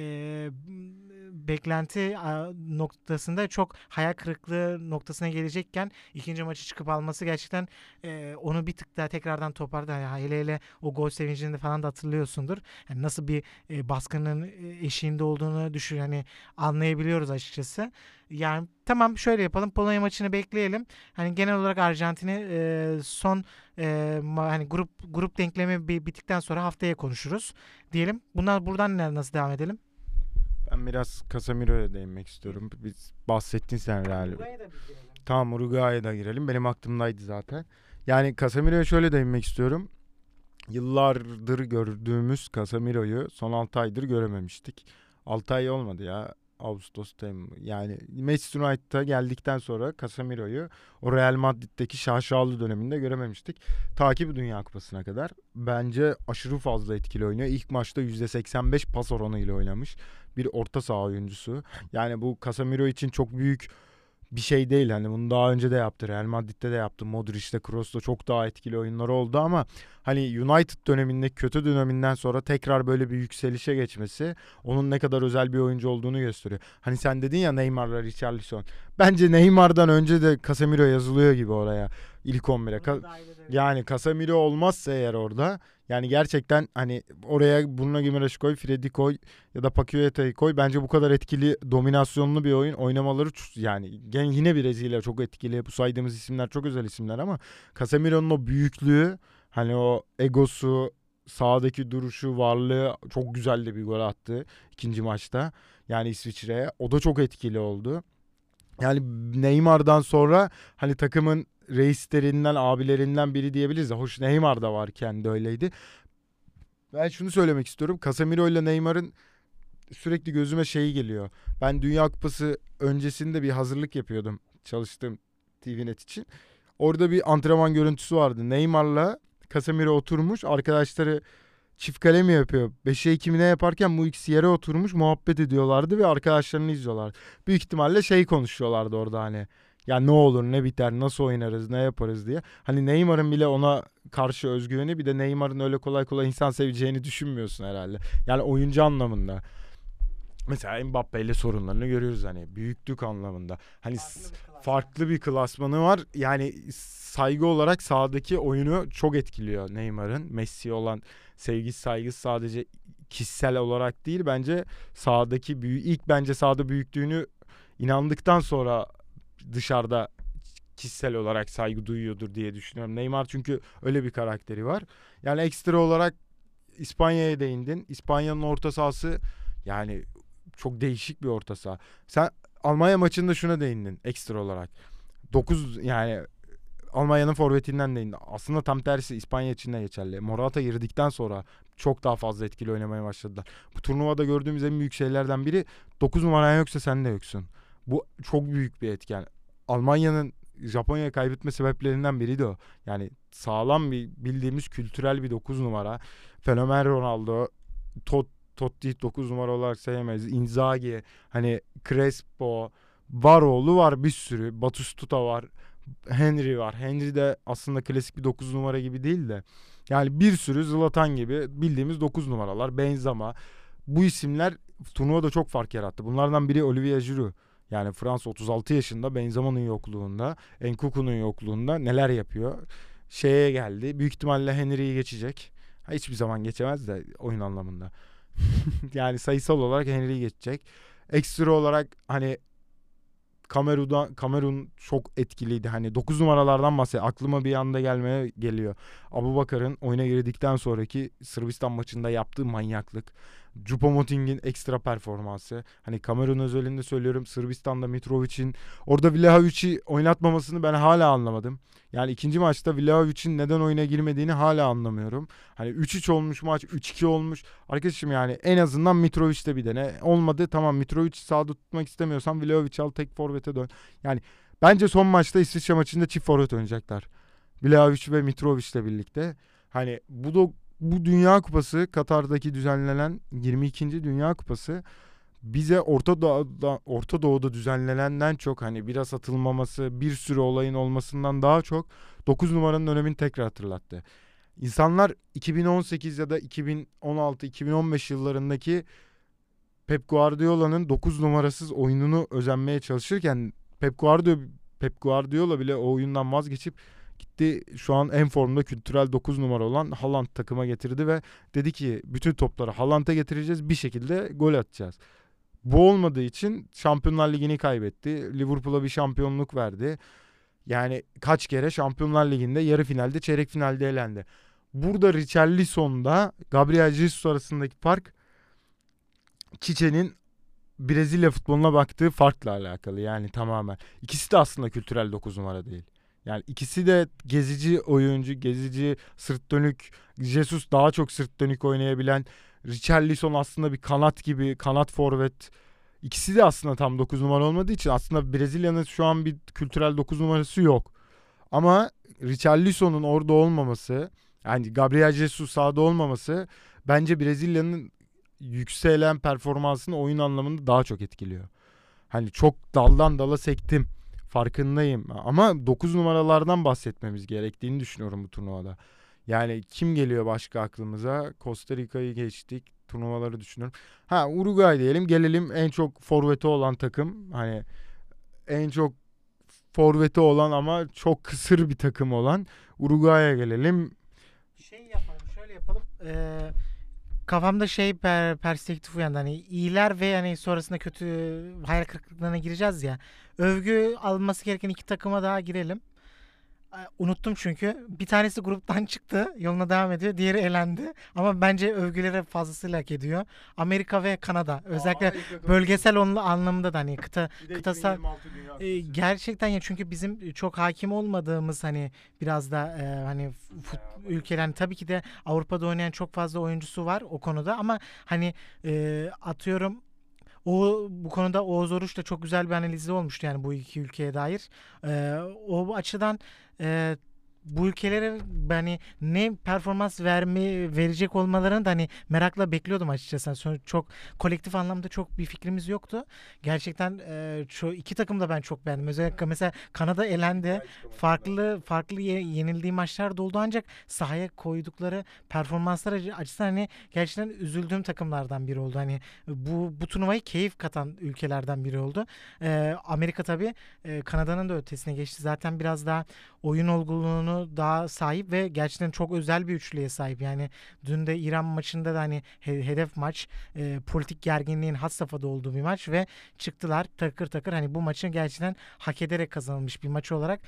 Speaker 2: beklenti a, noktasında çok hayal kırıklığı noktasına gelecekken ikinci maçı çıkıp alması gerçekten e, onu bir tık daha tekrardan toparladı. Yani hele hele o gol sevincini falan da hatırlıyorsundur. Yani nasıl bir e, baskının e, eşiğinde olduğunu düşün hani anlayabiliyoruz açıkçası. Yani tamam şöyle yapalım. Polonya maçını bekleyelim. Hani genel olarak Arjantin'i e, son e, ma- hani grup grup denklemi bi- bittikten sonra haftaya konuşuruz diyelim. Bundan buradan ne- nasıl devam edelim?
Speaker 1: Ben biraz Casemiro'ya değinmek istiyorum. Biz bahsettin sen Real. Tamam Uruguay'a da girelim. Benim aklımdaydı zaten. Yani Casemiro'ya şöyle değinmek istiyorum. Yıllardır gördüğümüz Casemiro'yu son altı aydır görememiştik. altı ay olmadı ya. Ağustos, Temmuz. Yani Manchester United'a geldikten sonra Casemiro'yu o Real Madrid'deki şaşalı döneminde görememiştik. Takip Dünya Kupası'na kadar bence aşırı fazla etkili oynuyor. İlk maçta yüzde seksen beş pas oranıyla oynamış bir orta saha oyuncusu. Yani bu Casemiro için çok büyük bir şey değil. Hani bunu daha önce de yaptı. Real Madrid'de de yaptı. Modric'te, Kroos'ta çok daha etkili oyunları oldu ama hani United döneminde kötü döneminden sonra tekrar böyle bir yükselişe geçmesi onun ne kadar özel bir oyuncu olduğunu gösteriyor. Hani sen dedin ya Neymar'la Richarlison. Bence Neymar'dan önce de Casemiro yazılıyor gibi oraya ilk on bire. Ka- yani Casemiro olmazsa eğer orada yani gerçekten hani oraya Bruno Gimareş'i koy, Fred'i koy ya da Paqueta'yı koy. Bence bu kadar etkili, dominasyonlu bir oyun oynamaları yani yine Brezilya çok etkili. Bu saydığımız isimler çok özel isimler ama Casemiro'nun o büyüklüğü, hani o egosu, sahadaki duruşu, varlığı çok güzel de bir gol attı ikinci maçta. Yani İsviçre'ye. O da çok etkili oldu. Yani Neymar'dan sonra hani takımın reislerinden, abilerinden biri diyebiliriz de. Hoş Neymar da varken de öyleydi. Ben şunu söylemek istiyorum. Casemiro ile Neymar'ın sürekli gözüme şey geliyor. Ben Dünya Kupası öncesinde bir hazırlık yapıyordum çalıştığım T V Net için. Orada bir antrenman görüntüsü vardı. Neymar'la Casemiro oturmuş. Arkadaşları çift kale mi yapıyor? beşe iki mi ne yaparken bu ikisi yere oturmuş muhabbet ediyorlardı ve arkadaşlarını izliyorlar. Büyük ihtimalle şey konuşuyorlardı orada hani. Ya ne olur ne biter nasıl oynarız ne yaparız diye. Hani Neymar'ın bile ona karşı özgüveni, bir de Neymar'ın öyle kolay kolay insan seveceğini düşünmüyorsun herhalde. Yani oyuncu anlamında. Mesela Mbappe ile sorunlarını görüyoruz hani büyüklük anlamında. Hani farklı bir, farklı bir klasmanı var. Yani saygı olarak sahadaki oyunu çok etkiliyor Neymar'ın. Messi'ye olan sevgisi, saygısı sadece kişisel olarak değil, bence sahadaki büyü ilk bence sahada büyüklüğünü inandıktan sonra dışarıda kişisel olarak saygı duyuyordur diye düşünüyorum. Neymar çünkü öyle bir karakteri var. Yani ekstra olarak İspanya'ya değindin. İspanya'nın orta sahası yani çok değişik bir orta saha. Sen Almanya maçında şuna değindin ekstra olarak. dokuz yani Almanya'nın forvetinden değindin. Aslında tam tersi İspanya için de geçerli. Morata girdikten sonra çok daha fazla etkili oynamaya başladılar. Bu turnuvada gördüğümüz en büyük şeylerden biri dokuz numaran yoksa sen de yoksun. Bu çok büyük bir etken. Almanya'nın Japonya'ya kaybetme sebeplerinden biri de o. Yani sağlam bir bildiğimiz kültürel bir dokuz numara. Fenomen Ronaldo, Tot Totti dokuz numara olarak sayamayız. Inzaghi, hani Crespo, var oğlu var bir sürü. Batistuta var. Henry var. Henry de aslında klasik bir dokuz numara gibi değil de. Yani bir sürü Zlatan gibi bildiğimiz dokuz numaralar. Benzema. Bu isimler turnuvada çok fark yarattı. Bunlardan biri Olivier Giroud. Yani Fransa otuz altı yaşında Benzema'nın yokluğunda, Nkunku'nun yokluğunda neler yapıyor? Şeye geldi. Büyük ihtimalle Henry'yi geçecek. Ha, hiçbir zaman geçemez de oyun anlamında. Yani sayısal olarak Henry'yi geçecek. Ekstra olarak hani Kamerun'da Kamerun çok etkiliydi. Hani dokuz numaralardan bahsediyor. Aklıma bir anda gelmeye geliyor. Abubakar'ın oyuna girdikten sonraki Sırbistan maçında yaptığı manyaklık. Choupo-Moting'in ekstra performansı. Hani Kamerun özelinde söylüyorum. Sırbistan'da Mitrovic'in orada Vlahovic'i oynatmamasını ben hala anlamadım. Yani ikinci maçta Vlahovic'in neden oyuna girmediğini hala anlamıyorum. Hani üç üç olmuş maç, üç iki olmuş. Arkadaşım yani en azından Mitrovic'te bir dene. Olmadı tamam, Mitrovic'i sağda tutmak istemiyorsan Vlahovic al, tek forvete dön. Yani bence son maçta İsviçre maçında çift forvet oynayacaklar. Vlahovic ve Mitrovic'le birlikte. Hani bu da bu Dünya Kupası, Katar'daki düzenlenen yirmi ikinci Dünya Kupası bize Orta Doğu'da, Orta Doğu'da düzenlenenden çok, hani biraz atılmaması, bir sürü olayın olmasından daha çok dokuz numaranın önemini tekrar hatırlattı. İnsanlar iki bin on sekiz ya da iki bin on altı iki bin on beş yıllarındaki Pep Guardiola'nın dokuz numarasız oyununu özenmeye çalışırken Pep Guardiola, Pep Guardiola bile o oyundan vazgeçip gitti şu an en formda kültürel dokuz numara olan Haaland takıma getirdi ve dedi ki bütün topları Haaland'a getireceğiz, bir şekilde gol atacağız. Bu olmadığı için Şampiyonlar Ligi'ni kaybetti. Liverpool'a bir şampiyonluk verdi. Yani kaç kere Şampiyonlar Ligi'nde yarı finalde, çeyrek finalde elendi. Burada Richarlison'da Gabriel Jesus arasındaki fark Çiçe'nin Brezilya futboluna baktığı farkla alakalı yani tamamen. İkisi de aslında kültürel dokuz numara değil. Yani ikisi de gezici oyuncu, gezici, sırt dönük. Jesus daha çok sırt dönük oynayabilen. Richarlison aslında bir kanat gibi, kanat forvet. İkisi de aslında tam dokuz numara olmadığı için aslında Brezilya'nın şu an bir kültürel dokuz numarası yok. Ama Richarlison'un orada olmaması, yani Gabriel Jesus sahada olmaması bence Brezilya'nın yükselen performansını oyun anlamında daha çok etkiliyor. Hani çok daldan dala sektim farkındayım. Ama dokuz numaralardan bahsetmemiz gerektiğini düşünüyorum bu turnuvada. Yani kim geliyor başka aklımıza? Costa Rica'yı geçtik. Turnuvaları düşünüyorum. Ha, Uruguay diyelim. Gelelim en çok forveti olan takım. Hani en çok forveti olan ama çok kısır bir takım olan Uruguay'a gelelim.
Speaker 2: Şey yapalım, şöyle yapalım. Ee, kafamda şey per, perspektif uyandı. Hani iyiler ve hani sonrasında kötü hayal kırıklıklarına gireceğiz ya. Övgü alınması gereken iki takıma daha girelim. Ay, unuttum çünkü. Bir tanesi gruptan çıktı. Yoluna devam ediyor. Diğeri elendi. Ama bence övgüleri fazlasıyla hak ediyor. Amerika ve Kanada. Özellikle bölgesel onlu anlamında da hani kıta kıtasal e, gerçekten ya, çünkü bizim çok hakim olmadığımız hani biraz da e, hani fut, ülkeler hani tabii ki de Avrupa'da oynayan çok fazla oyuncusu var o konuda ama hani e, atıyorum o bu konuda Oğuz Oruç da çok güzel bir analizi olmuştu yani bu iki ülkeye dair. Ee, o açıdan e, bu ülkelere hani ne performans verme verecek olmalarını da hani merakla bekliyordum açıkçası. Sonra çok kolektif anlamda çok bir fikrimiz yoktu. Gerçekten e, şu iki takım da ben çok beğendim. Özellikle mesela Kanada elendi. Farklı farklı ye- yenildiği maçlar da oldu ancak sahaya koydukları performanslar acı- açısından hani gerçekten üzüldüğüm takımlardan biri oldu. Hani bu bu turnuvayı keyif katan ülkelerden biri oldu. Ee, Amerika tabii e, Kanada'nın da ötesine geçti. Zaten biraz daha oyun olgunluğunu daha sahip ve gerçekten çok özel bir üçlüye sahip. Yani dün de İran maçında da hani he- hedef maç, e, politik gerginliğin had safhada olduğu bir maç ve çıktılar takır takır. Hani bu maçı gerçekten hak ederek kazanılmış bir maç olarak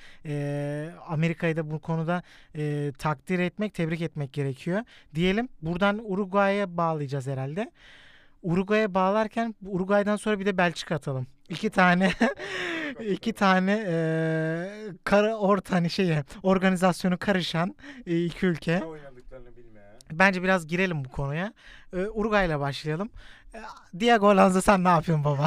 Speaker 2: e, Amerika'yı da bu konuda e, takdir etmek, tebrik etmek gerekiyor. Diyelim buradan Uruguay'a bağlayacağız herhalde. Uruguay'a bağlarken Uruguay'dan sonra bir de Belçika atalım. İki tane iki tane eee kara orta hani şeye organizasyonu karışan e, iki ülke.
Speaker 1: Ne oynadıklarını bilmeyen.
Speaker 2: Bence biraz girelim bu konuya. Ee, Uruguay'la başlayalım. Ee, Diego Alonso sen ne yapıyorsun baba?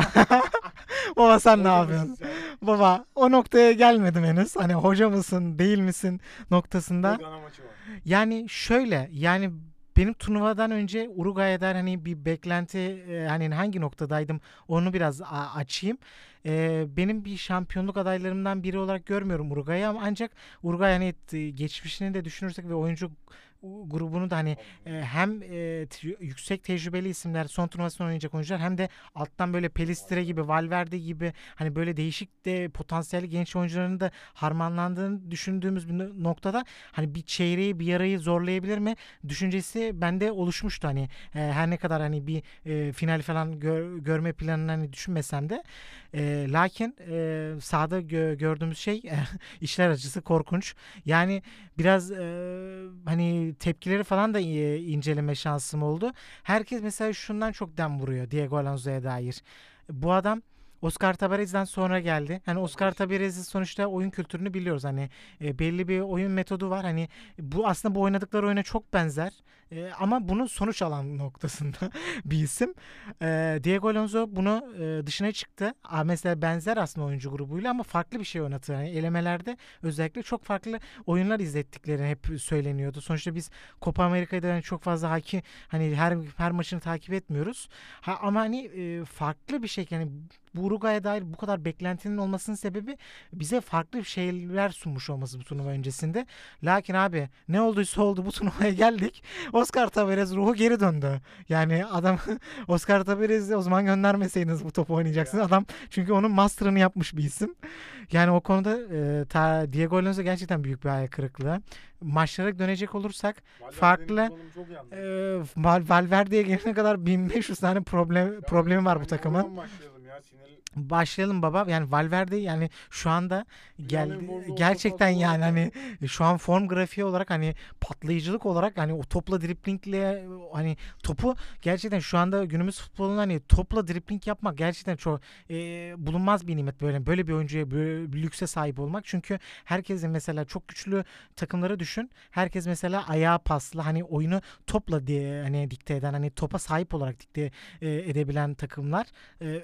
Speaker 2: Baba sen ne yapıyorsun? Baba o noktaya gelmedim henüz. Hani hoca mısın, değil misin noktasında. Yani şöyle yani benim turnuvadan önce Uruguay'dan hani bir beklenti e, hani hangi noktadaydım onu biraz a- açayım. E, benim bir şampiyonluk adaylarımdan biri olarak görmüyorum Uruguay'ı ama ancak Uruguay hani t- geçmişini de düşünürsek ve oyuncu grubunu da hani e, hem e, te- yüksek tecrübeli isimler son turnuvasında oynayacak oyuncular hem de alttan böyle Pelistri gibi Valverde gibi hani böyle değişik de potansiyelli genç oyuncuların da harmanlandığını düşündüğümüz bir no- noktada hani bir çeyreği bir yarayı zorlayabilir mi düşüncesi bende oluşmuştu hani e, her ne kadar hani bir e, final falan gör- görme planını hani düşünmesem de e, lakin e, sahada gö- gördüğümüz şey işler acısı korkunç yani biraz e, hani tepkileri falan da e, inceleme şansım oldu. Herkes mesela şundan çok dem vuruyor Diego Alonso'ya dair. Bu adam Oscar Tabarez'den sonra geldi. Hani Oscar Tabarez'in sonuçta oyun kültürünü biliyoruz. Hani e, belli bir oyun metodu var. Hani bu aslında bu oynadıkları oyuna çok benzer. E, ama bunu sonuç alan noktasında bir isim. E, Diego Alonso bunu e, dışına çıktı. Aa, mesela benzer aslında oyuncu grubuyla ama farklı bir şey oynatıyor. Yani elemelerde özellikle çok farklı oyunlar izlettikleri hep söyleniyordu. Sonuçta biz Copa Amerika'da yani çok fazla hakim hani her her maçını takip etmiyoruz. Ha, ama hani e, farklı bir şey yani bu Uruguay'a dair bu kadar beklentinin olmasının sebebi bize farklı şeyler sunmuş olması bu turnuva öncesinde. Lakin abi ne olduysa oldu bu turnuvaya geldik. Oscar Tabarez ruhu geri döndü. Yani adam Oscar Tabarez'i o zaman göndermeseydiniz bu topu oynayacaksınız. Adam çünkü onun master'ını yapmış bir isim. Yani o konuda e, ta Diego Alonso gerçekten büyük bir hayal kırıklığı. Maçlara dönecek olursak farklı e, Val Valverde'ye gelene kadar bin beş yüz tane problem problemi var bu takımın. Başlayalım baba. Yani Valverde yani şu anda geldi gerçekten yani hani şu an form grafiği olarak hani patlayıcılık olarak hani o topla driplingle hani topu gerçekten şu anda günümüz futbolunda hani topla dripling yapmak gerçekten çok e, bulunmaz bir nimet böyle böyle bir oyuncuya böyle bir lükse sahip olmak. Çünkü herkesin mesela çok güçlü takımları düşün. Herkes mesela ayağa paslı hani oyunu topla diye hani dikte eden hani topa sahip olarak dikte e, edebilen takımlar e, ön plana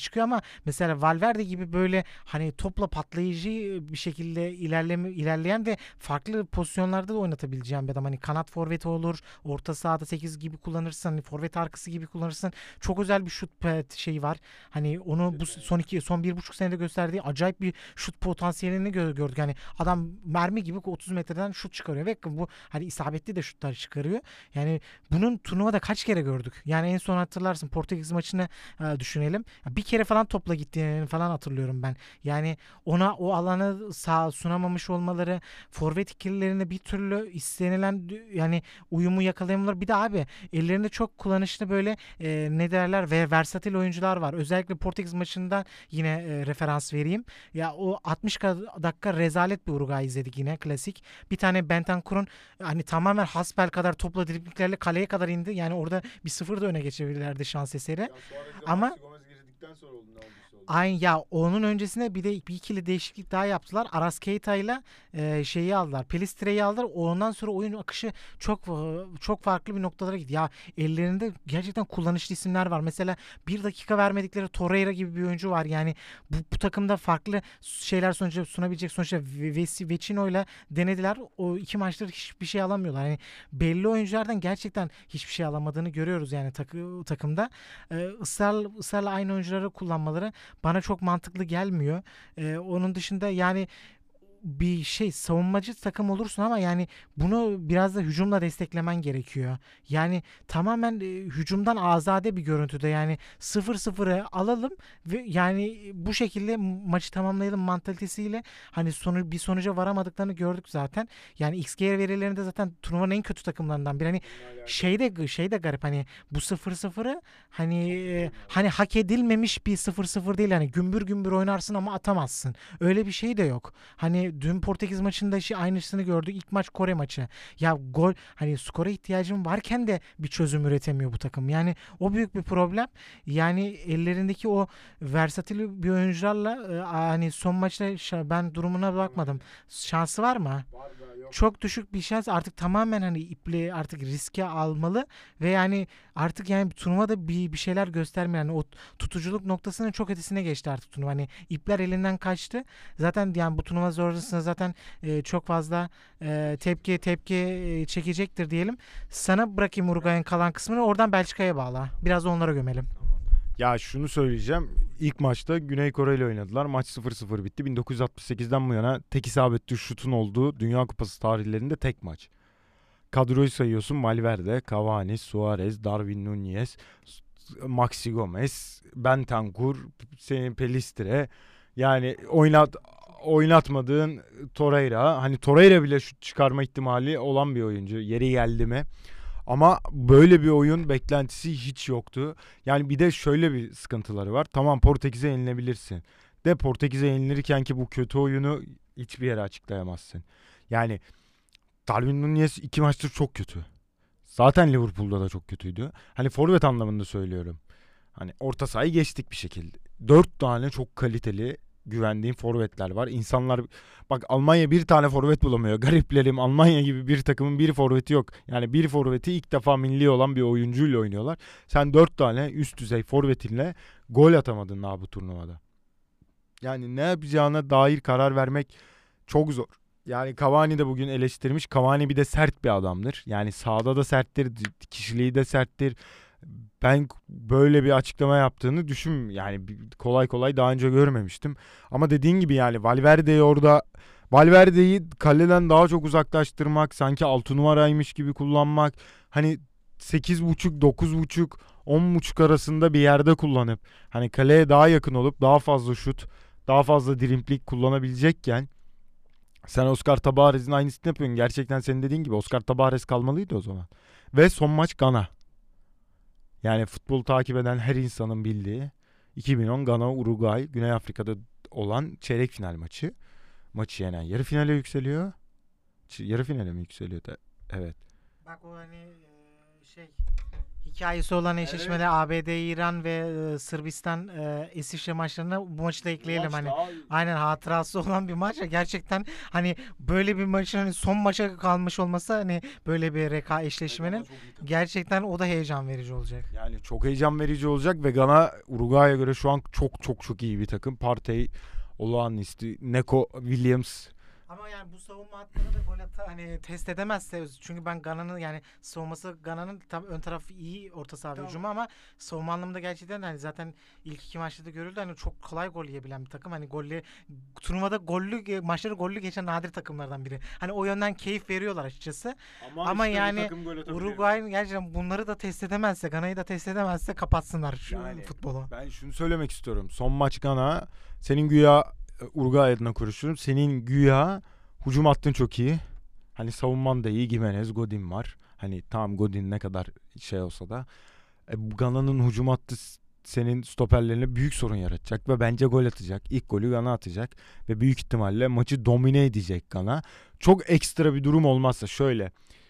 Speaker 2: çıkıyor ama mesela Valverde gibi böyle hani topla patlayıcı bir şekilde ilerleme ilerleyen ve farklı pozisyonlarda da oynatabileceğim bir adam. Hani kanat forveti olur, orta sahada sekiz gibi kullanırsın, hani forvet arkası gibi kullanırsın. Çok özel bir şut pe- şeyi var. Hani onu bu son iki son bir buçuk senede gösterdiği acayip bir şut potansiyelini gö- gördük. Yani adam mermi gibi otuz metreden şut çıkarıyor ve bu hani isabetli de şutlar çıkarıyor. Yani bunun turnuvada kaç kere gördük? Yani en son hatırlarsın Portekiz maçını e, düşünelim. Bir kere falan topla gittiğini falan hatırlıyorum ben. Yani ona o alanı sağ sunamamış olmaları, forvet ikililerine bir türlü istenilen yani uyumu yakalayamıyorlar. Bir de abi ellerinde çok kullanışlı böyle e, ne derler ve versatil oyuncular var. Özellikle Portekiz maçında yine e, referans vereyim. Ya o altmış dakika rezalet bir Uruguay izledik yine klasik. Bir tane Bentancur'un hani tamamen hasbel kadar topla dribliklerle kaleye kadar indi. Yani orada bir sıfır da öne geçebilirlerdi şans eseri.
Speaker 1: Ya Suarez'le
Speaker 2: Ama
Speaker 1: Maxi Gomez girdikten sonra oldu ne olduysa oldu.
Speaker 2: aynı ya onun öncesinde bir de bir ikili değişiklik daha yaptılar. Arrascaeta ile e, şeyi aldılar. Pelistre'yi aldılar. Ondan sonra oyun akışı çok e, çok farklı bir noktalara gitti. Ya ellerinde gerçekten kullanışlı isimler var. Mesela bir dakika vermedikleri Torreira gibi bir oyuncu var. Yani bu, bu takımda farklı şeyler sonucu sunabilecek sonuçta Ve- Vecino ile denediler. O iki maçtır hiçbir şey alamıyorlar. Yani belli oyunculardan gerçekten hiçbir şey alamadığını görüyoruz yani takı, takımda. Ee, ısrar, ısrarla aynı oyuncuları kullanmaları bana çok mantıklı gelmiyor. Ee, onun dışında yani bir şey savunmacı takım olursun ama yani bunu biraz da hücumla desteklemen gerekiyor. Yani tamamen e, hücumdan azade bir görüntüde yani sıfır sıfırı alalım ve yani bu şekilde maçı tamamlayalım mantalitesiyle hani sonu bir sonuca varamadıklarını gördük zaten. Yani X G verilerinde zaten turnuvanın en kötü takımlarından biri. Hani şey de şey de garip hani bu sıfır sıfırı hani e, hani hak edilmemiş bir sıfır sıfır değil hani gümbür gümbür oynarsın ama atamazsın. Öyle bir şey de yok. Hani dün Portekiz maçında şey aynısını gördük. İlk maç Kore maçı. Ya gol hani skora ihtiyacım varken de bir çözüm üretemiyor bu takım. Yani o büyük bir problem. Yani ellerindeki o versatil bir oyuncularla e, hani son maçta şa- ben durumuna bakmadım. Şansı var mı?
Speaker 1: Var da yok.
Speaker 2: Çok düşük bir şans artık tamamen hani iple artık riske almalı ve yani artık yani turnuvada bir, bir şeyler göstermiyor. Yani o tutuculuk noktasının çok ötesine geçti artık turnuva. Hani ipler elinden kaçtı. Zaten yani bu turnuva sonrasında zaten e, çok fazla e, tepki tepki e, çekecektir diyelim. Sana bırakayım Uruguay'ın kalan kısmını. Oradan Belçika'ya bağla. Biraz da onlara gömelim.
Speaker 1: Ya şunu söyleyeceğim. İlk maçta Güney Kore ile oynadılar. Maç sıfır sıfır bitti. bin dokuz yüz altmış sekizden bu yana tek isabetli şutun olduğu Dünya Kupası tarihlerinde tek maç. Kadroyu sayıyorsun: Valverde, Cavani, Suarez, Darwin Núñez, Maxi Gomez, Bentancur, senin Pelistre. Yani oynat oynatmadığın Torreira. Hani Torreira bile şut çıkarma ihtimali olan bir oyuncu. Yeri geldi mi? Ama böyle bir oyun beklentisi hiç yoktu. Yani bir de şöyle bir sıkıntıları var. Tamam, Portekiz'e yenilebilirsin. De Portekiz'e yenilirken ki bu kötü oyunu hiçbir yere açıklayamazsın. Yani Darwin Núñez iki maçtır çok kötü. Zaten Liverpool'da da çok kötüydü. Hani forvet anlamında söylüyorum. Hani orta sahayı geçtik bir şekilde. Dört tane çok kaliteli güvendiğim forvetler var. İnsanlar bak, Almanya bir tane forvet bulamıyor. Gariplerim, Almanya gibi bir takımın bir forveti yok. Yani bir forveti ilk defa milli olan bir oyuncuyla oynuyorlar. Sen dört tane üst düzey forvetinle gol atamadın daha bu turnuvada. Yani ne yapacağına dair karar vermek çok zor. Yani Cavani de bugün eleştirmiş. Cavani bir de sert bir adamdır. Yani sahada da serttir, kişiliği de serttir. Ben böyle bir açıklama yaptığını düşün yani kolay kolay daha önce görmemiştim. Ama dediğin gibi yani Valverde'yi orada Valverde'yi kaleden daha çok uzaklaştırmak, sanki altı numaraymış gibi kullanmak, hani sekiz buçuk, dokuz buçuk, on buçuk arasında bir yerde kullanıp hani kaleye daha yakın olup daha fazla şut, daha fazla dribbling kullanabilecekken sen Oscar Tabares'in aynısını yapıyorsun. Gerçekten senin dediğin gibi Oscar Tabares kalmalıydı o zaman. Ve son maç Gana. Yani futbol takip eden her insanın bildiği iki bin on Gana Uruguay Güney Afrika'da olan çeyrek final maçı. Maçı yenen yarı finale yükseliyor. Ç- Yarı finale mi yükseliyor da? Evet.
Speaker 2: Bak o hani e, şey Hikayesi olan eşleşmede A B D, İran ve e, Sırbistan, e, İsviçre maçlarına bu maçı da ekleyelim
Speaker 1: Maç
Speaker 2: hani.
Speaker 1: daha-
Speaker 2: Aynen, hatırası olan bir maç ya gerçekten, hani böyle bir maçın hani son maça kalmış olması, hani böyle bir reka eşleşmenin
Speaker 1: Çok iyi takım.
Speaker 2: gerçekten o da heyecan verici olacak.
Speaker 1: Yani çok heyecan verici olacak ve Gana Uruguay'a göre şu an çok çok çok iyi bir takım. Partey olağanüstü. Neko Williams.
Speaker 2: Ama yani bu savunma hattını da gol ata, hani test edemezse, çünkü ben Gana'nın, yani savunması, Gana'nın tam ön tarafı iyi, orta saha ve
Speaker 1: Tamam.
Speaker 2: hücumu, ama savunma anlamında gerçekten hani zaten ilk iki maçta da görüldü, hani çok kolay gol yiyebilen bir takım. Hani golle turnuvada gollü maçları gollü geçen nadir takımlardan biri. Hani o yönden keyif veriyorlar açıkçası. Ama
Speaker 1: işte bu
Speaker 2: yani
Speaker 1: takım gol atabiliyor.
Speaker 2: Uruguay'ın gerçekten bunları da test edemezse, Gana'yı da test edemezse kapatsınlar şu
Speaker 1: Yani
Speaker 2: futbolu.
Speaker 1: Ben şunu söylemek istiyorum. Son maç Gana. Senin güya e, Uruguay adına konuşuyorum. Senin güya hücum hattın çok iyi. Hani savunman da iyi. Gimenez, Godin var. Hani tamam, Godin ne kadar şey olsa da. E, bu Gana'nın hücum hattı s- senin stoperlerine büyük sorun yaratacak ve bence gol atacak. İlk golü Gana atacak ve büyük ihtimalle maçı domine edecek Gana. Çok ekstra bir durum olmazsa şöyle.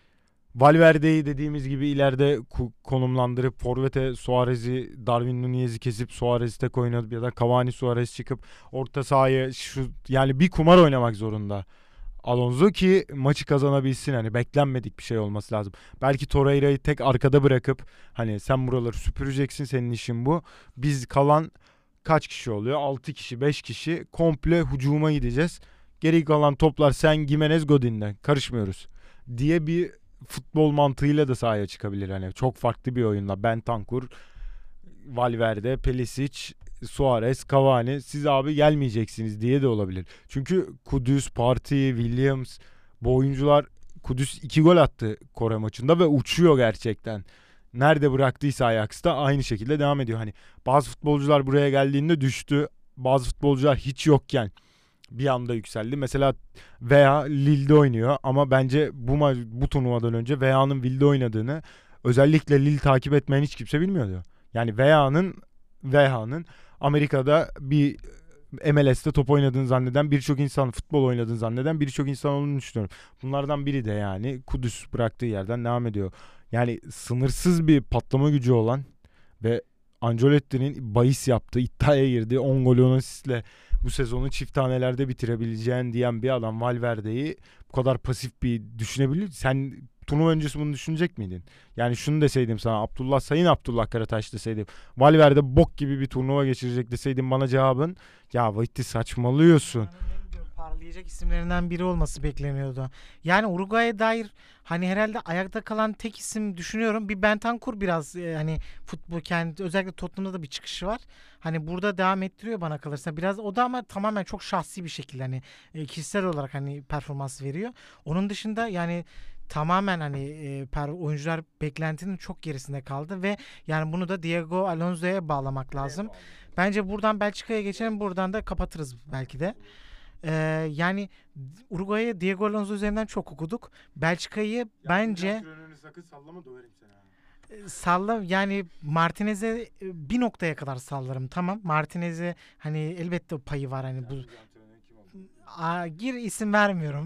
Speaker 1: Valverde'yi dediğimiz gibi ileride ku- konumlandırıp forvete Suarez'i, Darwin Nunez'i kesip Suarez'i tek oynatıp ya da Cavani Suarez çıkıp orta sahaya şu, yani bir kumar oynamak zorunda Alonso ki maçı kazanabilsin. Hani beklenmedik bir şey olması lazım. Belki Torreira'yı tek arkada bırakıp hani sen buraları süpüreceksin, senin işin bu. Biz kalan kaç kişi oluyor? altı kişi, beş kişi komple hücuma gideceğiz. Geri kalan toplar sen, Gimenez, Godin'den karışmıyoruz diye bir futbol mantığıyla da sahaya çıkabilir. Hani çok farklı bir oyunla Bentancur, Valverde, Pelisic, Suarez, Cavani, siz abi gelmeyeceksiniz diye de olabilir. Çünkü Kudüs, Partey, Williams, bu oyuncular, Kudüs iki gol attı Kore maçında ve uçuyor gerçekten. Nerede bıraktıysa Ajax'ta aynı şekilde devam ediyor. Hani bazı futbolcular buraya geldiğinde düştü. Bazı futbolcular hiç yokken bir anda yükseldi. Mesela Veya Lille'de oynuyor ama bence bu ma- bu turnuvadan önce Veya'nın Lille'de oynadığını özellikle Lille takip etmeyen hiç kimse bilmiyordu. Yani Veya'nın Veya'nın Amerika'da bir M L S'te top oynadığını zanneden birçok insan, futbol oynadığını zanneden birçok insan olduğunu düşünüyorum. Bunlardan biri de yani Kudüs bıraktığı yerden devam ediyor. Yani sınırsız bir patlama gücü olan ve Ancelotti'nin bahis yaptığı, iddiaya girdiği on gol on asistle bu sezonu çift tanelerde bitirebileceğin diyen bir adam Valverde'yi bu kadar pasif bir düşünebilir. Sen turnuva öncesi bunu düşünecek miydin? Yani şunu deseydim sana, Abdullah Sayın Abdullah Karataş deseydim, Valverde bok gibi bir turnuva geçirecek deseydim, bana cevabın ya Vahit'i saçmalıyorsun.
Speaker 2: Dünyanın en diyor, parlayacak isimlerinden biri olması bekleniyordu. Yani Uruguay'a dair hani herhalde ayakta kalan tek isim düşünüyorum. Bir Bentancur biraz e, hani futbol kendi, özellikle Tottenham'da da bir çıkışı var. Hani burada devam ettiriyor bana kalırsa. Biraz o da, ama tamamen çok şahsi bir şekilde hani e, kişisel olarak hani performans veriyor. Onun dışında yani tamamen hani e, per, oyuncular beklentinin çok gerisinde kaldı ve yani bunu da Diego Alonso'ya bağlamak lazım. Bence buradan Belçika'ya geçelim, buradan da kapatırız belki de. Ee, yani Uruguay'ı Diego Alonso üzerinden çok okuduk. Belçika'yı bence
Speaker 1: sakın sallama, döverim seni.
Speaker 2: e, salla, yani Martinez'e e, bir noktaya kadar sallarım. Tamam, Martinez'e hani elbette payı var hani bu. Aa, gir, isim vermiyorum.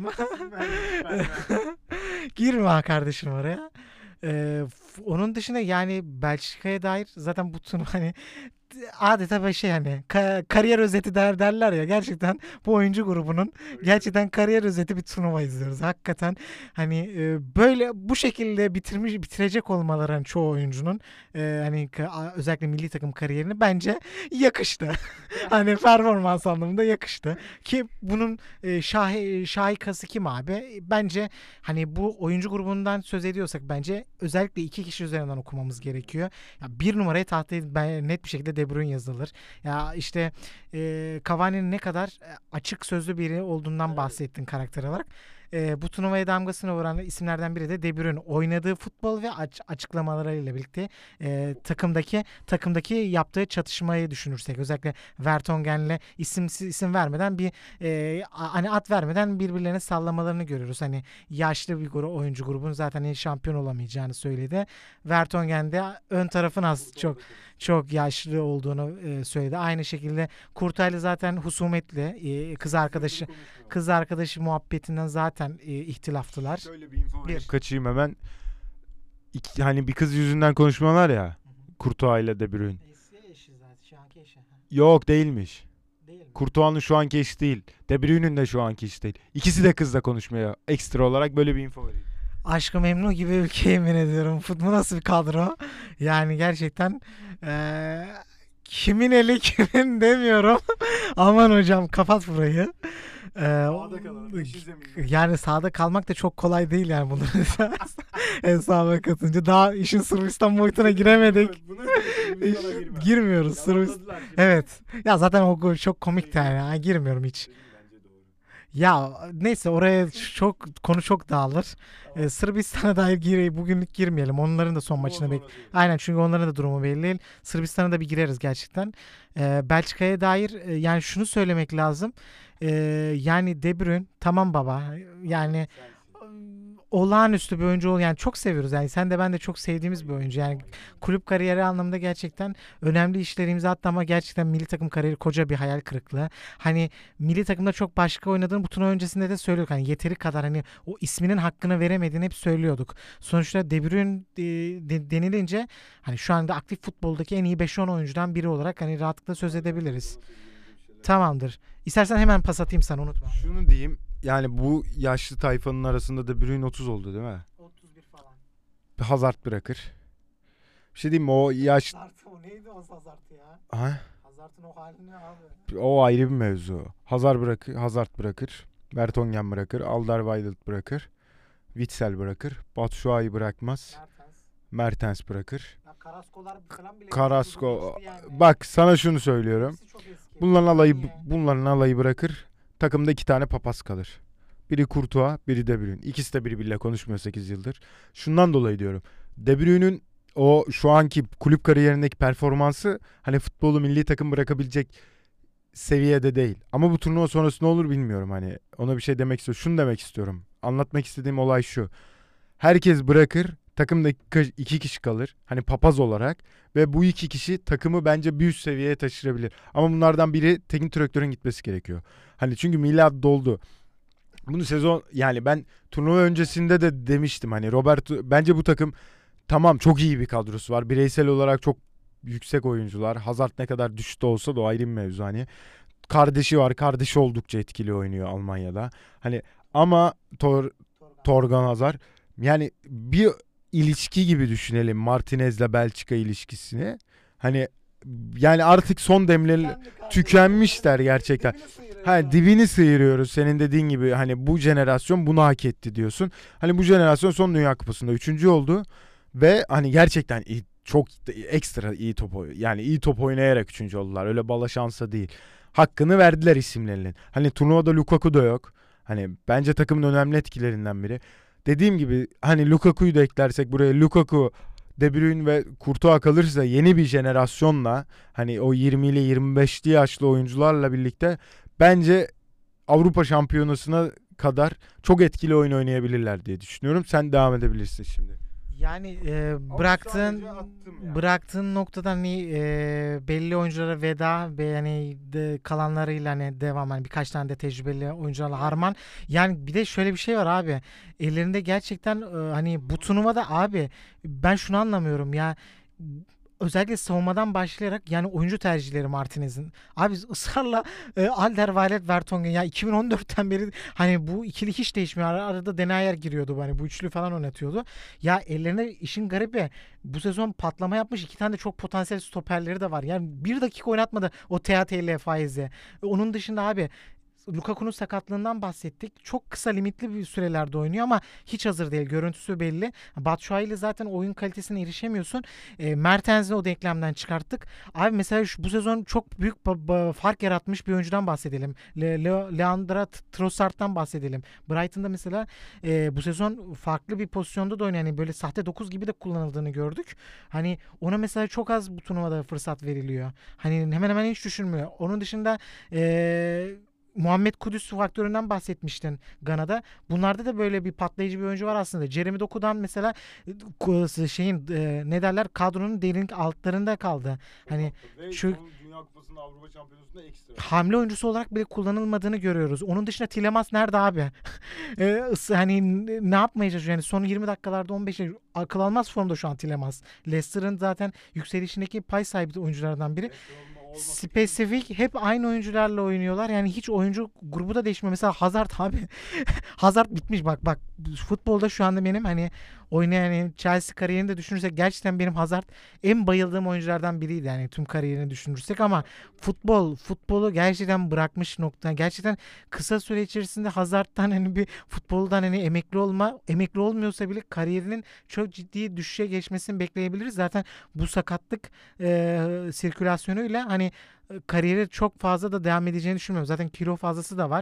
Speaker 2: Girme ha kardeşim oraya. Ee, f- onun dışında yani Belçika'ya dair zaten bütün hani adeta bir şey, hani ka- kariyer özeti der derler ya, gerçekten bu oyuncu grubunun gerçekten kariyer özeti bir turnuva izliyoruz. Hakikaten hani e, böyle bu şekilde bitirmiş bitirecek olmaları, hani çoğu oyuncunun e, hani ka- a- özellikle milli takım kariyerini bence yakıştı. Hani performans anlamında yakıştı. Ki bunun e, şahi, şahikası kim abi? Bence hani bu oyuncu grubundan söz ediyorsak bence özellikle iki kişi üzerinden okumamız gerekiyor. Ya bir numarayı tahtaya ben net bir şekilde De Bruyne yazılır. Ya işte e, Cavani'nin ne kadar e, açık sözlü biri olduğundan
Speaker 1: Evet.
Speaker 2: bahsettin karakter olarak. E, bu turnuvaya damgasını vuran isimlerden biri de De Bruyne. Oynadığı futbol ve aç- açıklamalarıyla birlikte e, takımdaki takımdaki yaptığı çatışmayı düşünürsek, özellikle Vertonghen'le isimsiz isim vermeden bir e, a- hani at vermeden birbirlerine sallamalarını görüyoruz. Hani yaşlı bir gru- oyuncu grubun zaten hiç şampiyon olamayacağını söyledi. Vertonghen de ön tarafın az çok çok yaşlı olduğunu e, söyledi. Aynı şekilde Kurtaylı zaten husumetli, e, kız arkadaşı kız arkadaşı muhabbetinden zaten e, ihtilaftılar.
Speaker 1: Şöyle bir info
Speaker 2: Bir.
Speaker 1: verip kaçayım hemen. iki, hani bir kız yüzünden konuşmalar ya. Courtois ile De Bruyne.
Speaker 2: Eski eşi zaten. Şu anki eşi.
Speaker 1: Yok değilmiş.
Speaker 2: Değil mi?
Speaker 1: Courtois'un şu anki eşi değil. De Bruyne'nin de şu anki eşi değil. İkisi de kızla konuşmaya. Ekstra olarak böyle bir info vereyim.
Speaker 2: Aşk-ı Memnu gibi ülke yemin ediyorum. Futbol nasıl bir kadro? Yani gerçekten eee, kimin eli kimin demiyorum. Aman hocam kapat burayı. Eee, yani sahada kalmak da çok kolay değil yani bunları hesaba katınca. Daha işin Sırbistan boyutuna giremedik. Girmiyoruz. Sırbistan. Evet. Ya zaten o gol çok komikti yani. Ha, girmiyorum hiç. Ya neyse oraya çok konu çok dağılır. Ee, Sırbistan'a dair gire, bugünlük girmeyelim. Onların da son maçını bek. Aynen çünkü onların da durumu belli değil. Sırbistan'a da bir gireriz gerçekten. Ee, Belçika'ya dair e, yani şunu söylemek lazım. Ee, yani De Bruyne tamam baba. Yani olağanüstü bir oyuncu ol yani çok seviyoruz yani sen de ben de çok sevdiğimiz bir oyuncu yani kulüp kariyeri anlamında gerçekten önemli işler imza attı ama gerçekten milli takım kariyeri koca bir hayal kırıklığı. Hani milli takımda çok başka oynadığını bu turnuva öncesinde de söylüyorduk hani yeteri kadar hani o isminin hakkını veremediğini hep söylüyorduk. Sonuçta De Bruyne e, de- denilince hani şu anda aktif futboldaki en iyi beş on oyuncudan biri olarak hani rahatlıkla söz edebiliriz. Tamamdır. İstersen hemen pas atayım sana unutma.
Speaker 1: Şunu diyeyim. Yani bu yaşlı tayfanın arasında De Bruyne otuz oldu değil mi?
Speaker 2: otuz bir falan.
Speaker 1: Hazard bırakır. Bir şey diyeyim mi? O yaş...
Speaker 2: Hazard o neydi o Hazard ya?
Speaker 1: Ha?
Speaker 2: Hazard'ın o hali ne abi?
Speaker 1: O ayrı bir mevzu. Hazard bırakır, Hazard bırakır. Vertonghen bırakır. Alderweireld bırakır. Witsel bırakır. Batshuayi bırakmaz.
Speaker 2: Mertens.
Speaker 1: Mertens bırakır.
Speaker 2: Ya Karaskolar falan bile
Speaker 1: Carrasco.
Speaker 2: geçti yani.
Speaker 1: Bak sana şunu söylüyorum.
Speaker 2: Hepsi çok eski.
Speaker 1: Bunların alayı,
Speaker 2: Yani.
Speaker 1: bunların alayı bırakır. Takımda iki tane papaz kalır. Biri Courtois, biri De Bruyne. İkisi de birbiriyle konuşmuyor sekiz yıldır. Şundan dolayı diyorum. De Bruyne'ün o şu anki kulüp kariyerindeki performansı hani futbolu milli takım bırakabilecek seviyede değil. Ama bu turnuva sonrası ne olur bilmiyorum hani. Ona bir şey demek istiyorum. Şunu demek istiyorum. Anlatmak istediğim olay şu. Herkes bırakır. Takımda iki iki kişi kalır. Hani papaz olarak. Ve bu iki kişi takımı bence bir üst seviyeye taşırabilir. Ama bunlardan biri teknik direktörün gitmesi gerekiyor. Hani çünkü milat doldu. Bunu sezon yani ben turnuva öncesinde de demiştim hani Roberto bence bu takım tamam çok iyi bir kadrosu var. Bireysel olarak çok yüksek oyuncular. Hazard ne kadar düşüşte olsa da o ayrı bir mevzu hani. Kardeşi var. Kardeşi oldukça etkili oynuyor Almanya'da. Hani ama Tor, Torgan Hazard yani bir ilişki gibi düşünelim Martinez'le Belçika ilişkisini. Hani yani artık son demleri tükenmişler gerçekten. Ha dibini sıyırıyoruz senin dediğin gibi hani bu jenerasyon bunu hak etti diyorsun. Hani bu jenerasyon son Dünya Kupası'nda üçüncü oldu ve hani gerçekten iyi, çok ekstra iyi top oy- yani iyi top oynayarak üçüncü oldular. Öyle bala şansa değil. Hakkını verdiler isimlerinin. Hani turnuvada Lukaku da yok. Hani bence takımın önemli etkilerinden biri. Dediğim gibi hani Lukaku'yu da eklersek buraya Lukaku, De Bruyne ve Courtois kalırsa yeni bir jenerasyonla hani o yirmi ile yirmi beşli yaşlı oyuncularla birlikte bence Avrupa Şampiyonası'na kadar çok etkili oyun oynayabilirler diye düşünüyorum. Sen devam edebilirsin şimdi.
Speaker 2: Yani e, bıraktığın
Speaker 1: sadece attım yani.
Speaker 2: bıraktığın noktadan hani e, belli oyunculara veda ve yani de, kalanlarıyla hani devam hani birkaç tane de tecrübeli oyuncularla harman. Yani bir de şöyle bir şey var abi. Ellerinde gerçekten e, hani bu turnuvada abi ben şunu anlamıyorum ya. Özellikle savunmadan başlayarak yani oyuncu tercihleri Martinez'in. Abi ısrarla e, Alderweireld Vertonghen ya iki bin on dörtten beri hani bu ikili hiç değişmiyor. Ar- Arada Denayer giriyordu hani bu üçlü falan oynatıyordu. Ya ellerine işin garibi bu sezon patlama yapmış iki tane de çok potansiyel stoperleri de var. Yani bir dakika oynatmadı o T A T ile Faiz'i. Onun dışında abi Lukaku'nun sakatlığından bahsettik. Çok kısa limitli bir sürelerde oynuyor ama hiç hazır değil. Görüntüsü belli. Batshuayi ile zaten oyun kalitesine erişemiyorsun. E, Mertens'i o denklemden çıkarttık. Abi mesela şu, bu sezon çok büyük ba- ba- fark yaratmış bir oyuncudan bahsedelim. Le- Le- Leandro Trossard'dan bahsedelim. Brighton'da mesela e, bu sezon farklı bir pozisyonda da oynuyor. Yani böyle sahte dokuz gibi de kullanıldığını gördük. Hani ona mesela çok az bu turnuvada fırsat veriliyor. Hani hemen hemen hiç düşünmüyor. Onun dışında eee Muhammed Kudüs faktöründen bahsetmiştin Gana'da. Bunlarda da böyle bir patlayıcı bir oyuncu var aslında. Jeremy Doku'dan mesela e, şeyin e, ne derler kadronun derin altlarında kaldı. Hani şu
Speaker 1: Dünya Kupası'nda, Avrupa Şampiyonası'nda ekstra.
Speaker 2: Hamle oyuncusu olarak bile kullanılmadığını görüyoruz. Onun dışında Tielemans nerede abi? Ee, ısı- hani n- ne yapmaya çalışıyor? Yani son yirmi dakikalarda on beş akıl almaz formda şu an Tielemans. Leicester'ın zaten yükselişindeki pay sahibi oyunculardan biri.
Speaker 1: Ekstra olma- olması
Speaker 2: Spesifik hep aynı oyuncularla oynuyorlar. Yani hiç oyuncu grubu da değişmiyor. Mesela Hazard abi. Hazard bitmiş bak bak futbolda şu anda benim hani oynayan yani Chelsea kariyerini de düşünürsek gerçekten benim Hazard en bayıldığım oyunculardan biriydi yani tüm kariyerini düşünürsek ama futbol futbolu gerçekten bırakmış nokta. Gerçekten kısa süre içerisinde Hazard'dan hani bir futboldan hani emekli olma, emekli olmuyorsa bile kariyerinin çok ciddi düşüşe geçmesini bekleyebiliriz. Zaten bu sakatlık e, sirkülasyonuyla hani e, kariyeri çok fazla da devam edeceğini düşünmüyorum. Zaten kilo fazlası da var.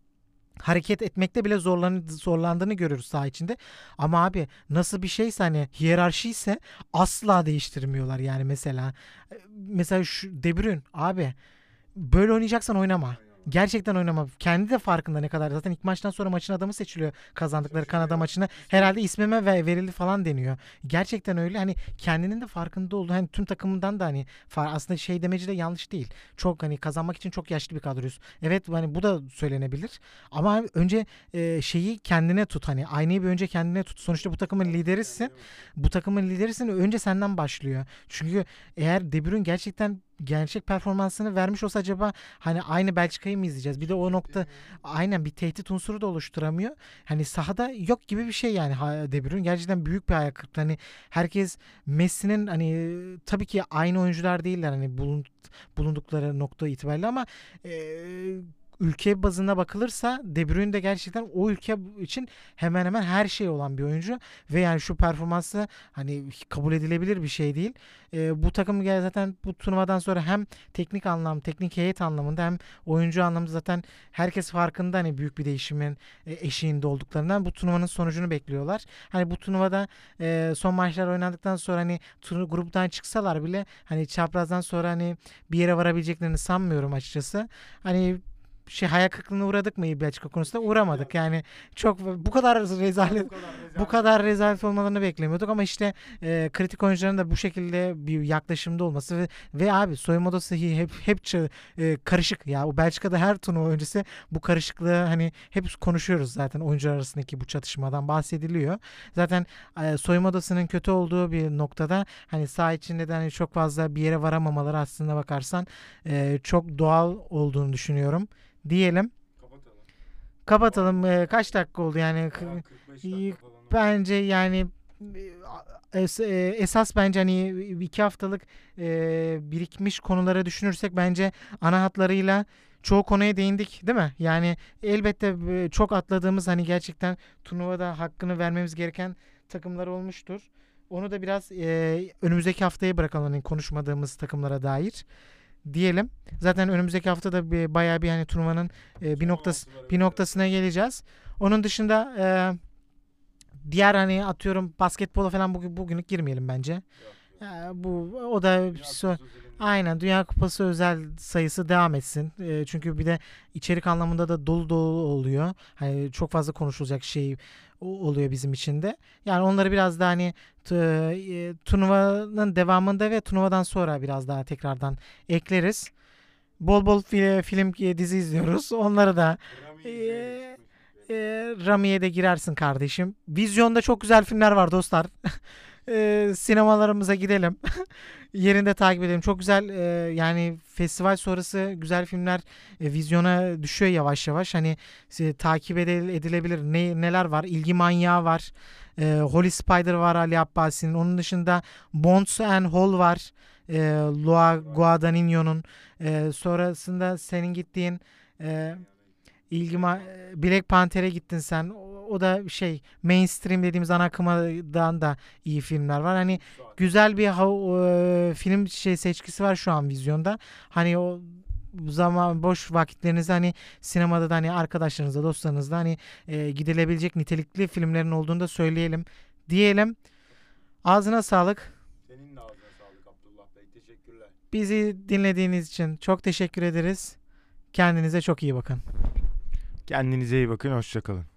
Speaker 2: Hareket etmekte bile zorlan zorlandığını görüyoruz saha içinde. Ama abi nasıl bir şeyse hani hiyerarşi ise asla değiştirmiyorlar yani mesela. E, Mesela şu De Bruyne abi böyle oynayacaksan oynama. Gerçekten oynama. Kendi de farkında ne kadar. Zaten ilk maçtan sonra maçın adamı seçiliyor kazandıkları Kanada maçına. Herhalde ismime ve verildi falan deniyor. Gerçekten öyle. Hani kendinin de farkında olduğu hani tüm takımından da hani fa- aslında şey demeci de yanlış değil. Çok hani kazanmak için çok yaşlı bir kadroyuz. Evet hani bu da söylenebilir. Ama önce e, şeyi kendine tut hani aynayı bir önce kendine tut. Sonuçta bu takımın liderisin. Bu takımın liderisin önce senden başlıyor. Çünkü eğer De Bruyne gerçekten gerçek performansını vermiş olsa acaba hani aynı Belçika'yı mı izleyeceğiz? Bir de o nokta aynen bir tehdit unsuru da oluşturamıyor. Hani sahada yok gibi bir şey yani ha- De Bruyne gerçekten büyük bir ayak kırıklığı. Hani herkes Messi'nin hani tabii ki aynı oyuncular değiller hani bulun, bulundukları nokta itibariyle ama e, ülke bazına bakılırsa De Bruyne de gerçekten o ülke için hemen hemen her şey olan bir oyuncu ve yani şu performansı hani kabul edilebilir bir şey değil. E, bu takım gel- zaten bu turnuvadan sonra hem teknik anlam, teknik heyet anlamında hem oyuncu anlamında zaten herkes farkında hani büyük bir değişimin e, eşiğinde olduklarından bu turnuvanın sonucunu bekliyorlar. Hani bu turnuvada e, son maçlar oynandıktan sonra hani turnu gruptan çıksalar bile hani çaprazdan sonra hani bir yere varabileceklerini sanmıyorum açıkçası. Hani şey hayal kırıklığına uğradık mı Belçika konusunda? Uğramadık. Yani çok bu kadar rezalet bu kadar rezalet olmalarını beklemiyorduk ama işte e, kritik oyuncuların da bu şekilde bir yaklaşımda olması ve, ve abi soyunma odası hep hep çı- e, karışık ya. O Belçika'da her turnuva öncesi bu karışıklığı hani hep konuşuyoruz zaten oyuncular arasındaki bu çatışmadan bahsediliyor. Zaten e, soyunma odasının kötü olduğu bir noktada hani saha içinde de hani çok fazla bir yere varamamaları aslında bakarsan e, çok doğal olduğunu düşünüyorum. Diyelim.
Speaker 1: Kapatalım.
Speaker 2: Kapatalım. E, kaç dakika oldu yani? K-
Speaker 1: Bayağı kırk beş
Speaker 2: iyi-
Speaker 1: dakika falan oldu.
Speaker 2: Bence yani e, es- e, esas bence hani iki haftalık e, birikmiş konulara düşünürsek bence ana hatlarıyla çoğu konuya değindik değil mi? Yani elbette e, çok atladığımız hani gerçekten turnuvada hakkını vermemiz gereken takımlar olmuştur. Onu da biraz e, önümüzdeki haftaya bırakalım hani konuşmadığımız takımlara dair diyelim. Zaten önümüzdeki hafta da bir, bayağı bir hani turnuvanın e, bir
Speaker 1: Son
Speaker 2: noktası
Speaker 1: altılara
Speaker 2: bir
Speaker 1: kadar.
Speaker 2: noktasına geleceğiz. Onun dışında e, diğer hani atıyorum basketbola falan bugün bugünlük girmeyelim bence.
Speaker 1: Yok, yok.
Speaker 2: Ya bu o da
Speaker 1: Dünya
Speaker 2: so-
Speaker 1: Kupası özelinde.
Speaker 2: aynen Dünya Kupası özel sayısı devam etsin. E, çünkü bir de içerik anlamında da dolu dolu oluyor. Hani çok fazla konuşulacak şey o- oluyor bizim için de. Yani onları biraz daha hani t- e, turnuvanın devamında ve turnuvadan sonra biraz daha tekrardan ekleriz. Bol bol fi- film, e, dizi izliyoruz. Onları da
Speaker 1: Rami
Speaker 2: e,
Speaker 1: izleyelim, çıkmış.
Speaker 2: e, Rami'ye de girersin kardeşim. Vizyonda çok güzel filmler var dostlar. E, sinemalarımıza gidelim. Yerinde takip edelim. Çok güzel e, yani festival sonrası güzel filmler e, vizyona düşüyor yavaş yavaş. Hani e, takip edil- edilebilir ne, neler var? İlgi Manyağı var. E, Holy Spider var Ali Abbasi'nin. Onun dışında Bones and Hall var. E, Lua Guadagnino'nun. E, sonrasında senin gittiğin e, İlgi ma- Black Panther'e gittin sen. O, o da şey mainstream dediğimiz ana akımdan da iyi filmler var. Hani
Speaker 1: Suat.
Speaker 2: güzel bir ha- e, film şey seçkisi var şu an vizyonda. Hani o zaman boş vakitlerinizde hani sinemada da hani arkadaşlarınızla dostlarınızla hani e, gidilebilecek nitelikli filmlerin olduğunu da söyleyelim diyelim. Ağzına sağlık.
Speaker 1: Senin de ağzına sağlık Abdullah Bey. Teşekkürler.
Speaker 2: Bizi dinlediğiniz için çok teşekkür ederiz. Kendinize çok iyi bakın.
Speaker 1: Kendinize iyi bakın. Hoşçakalın.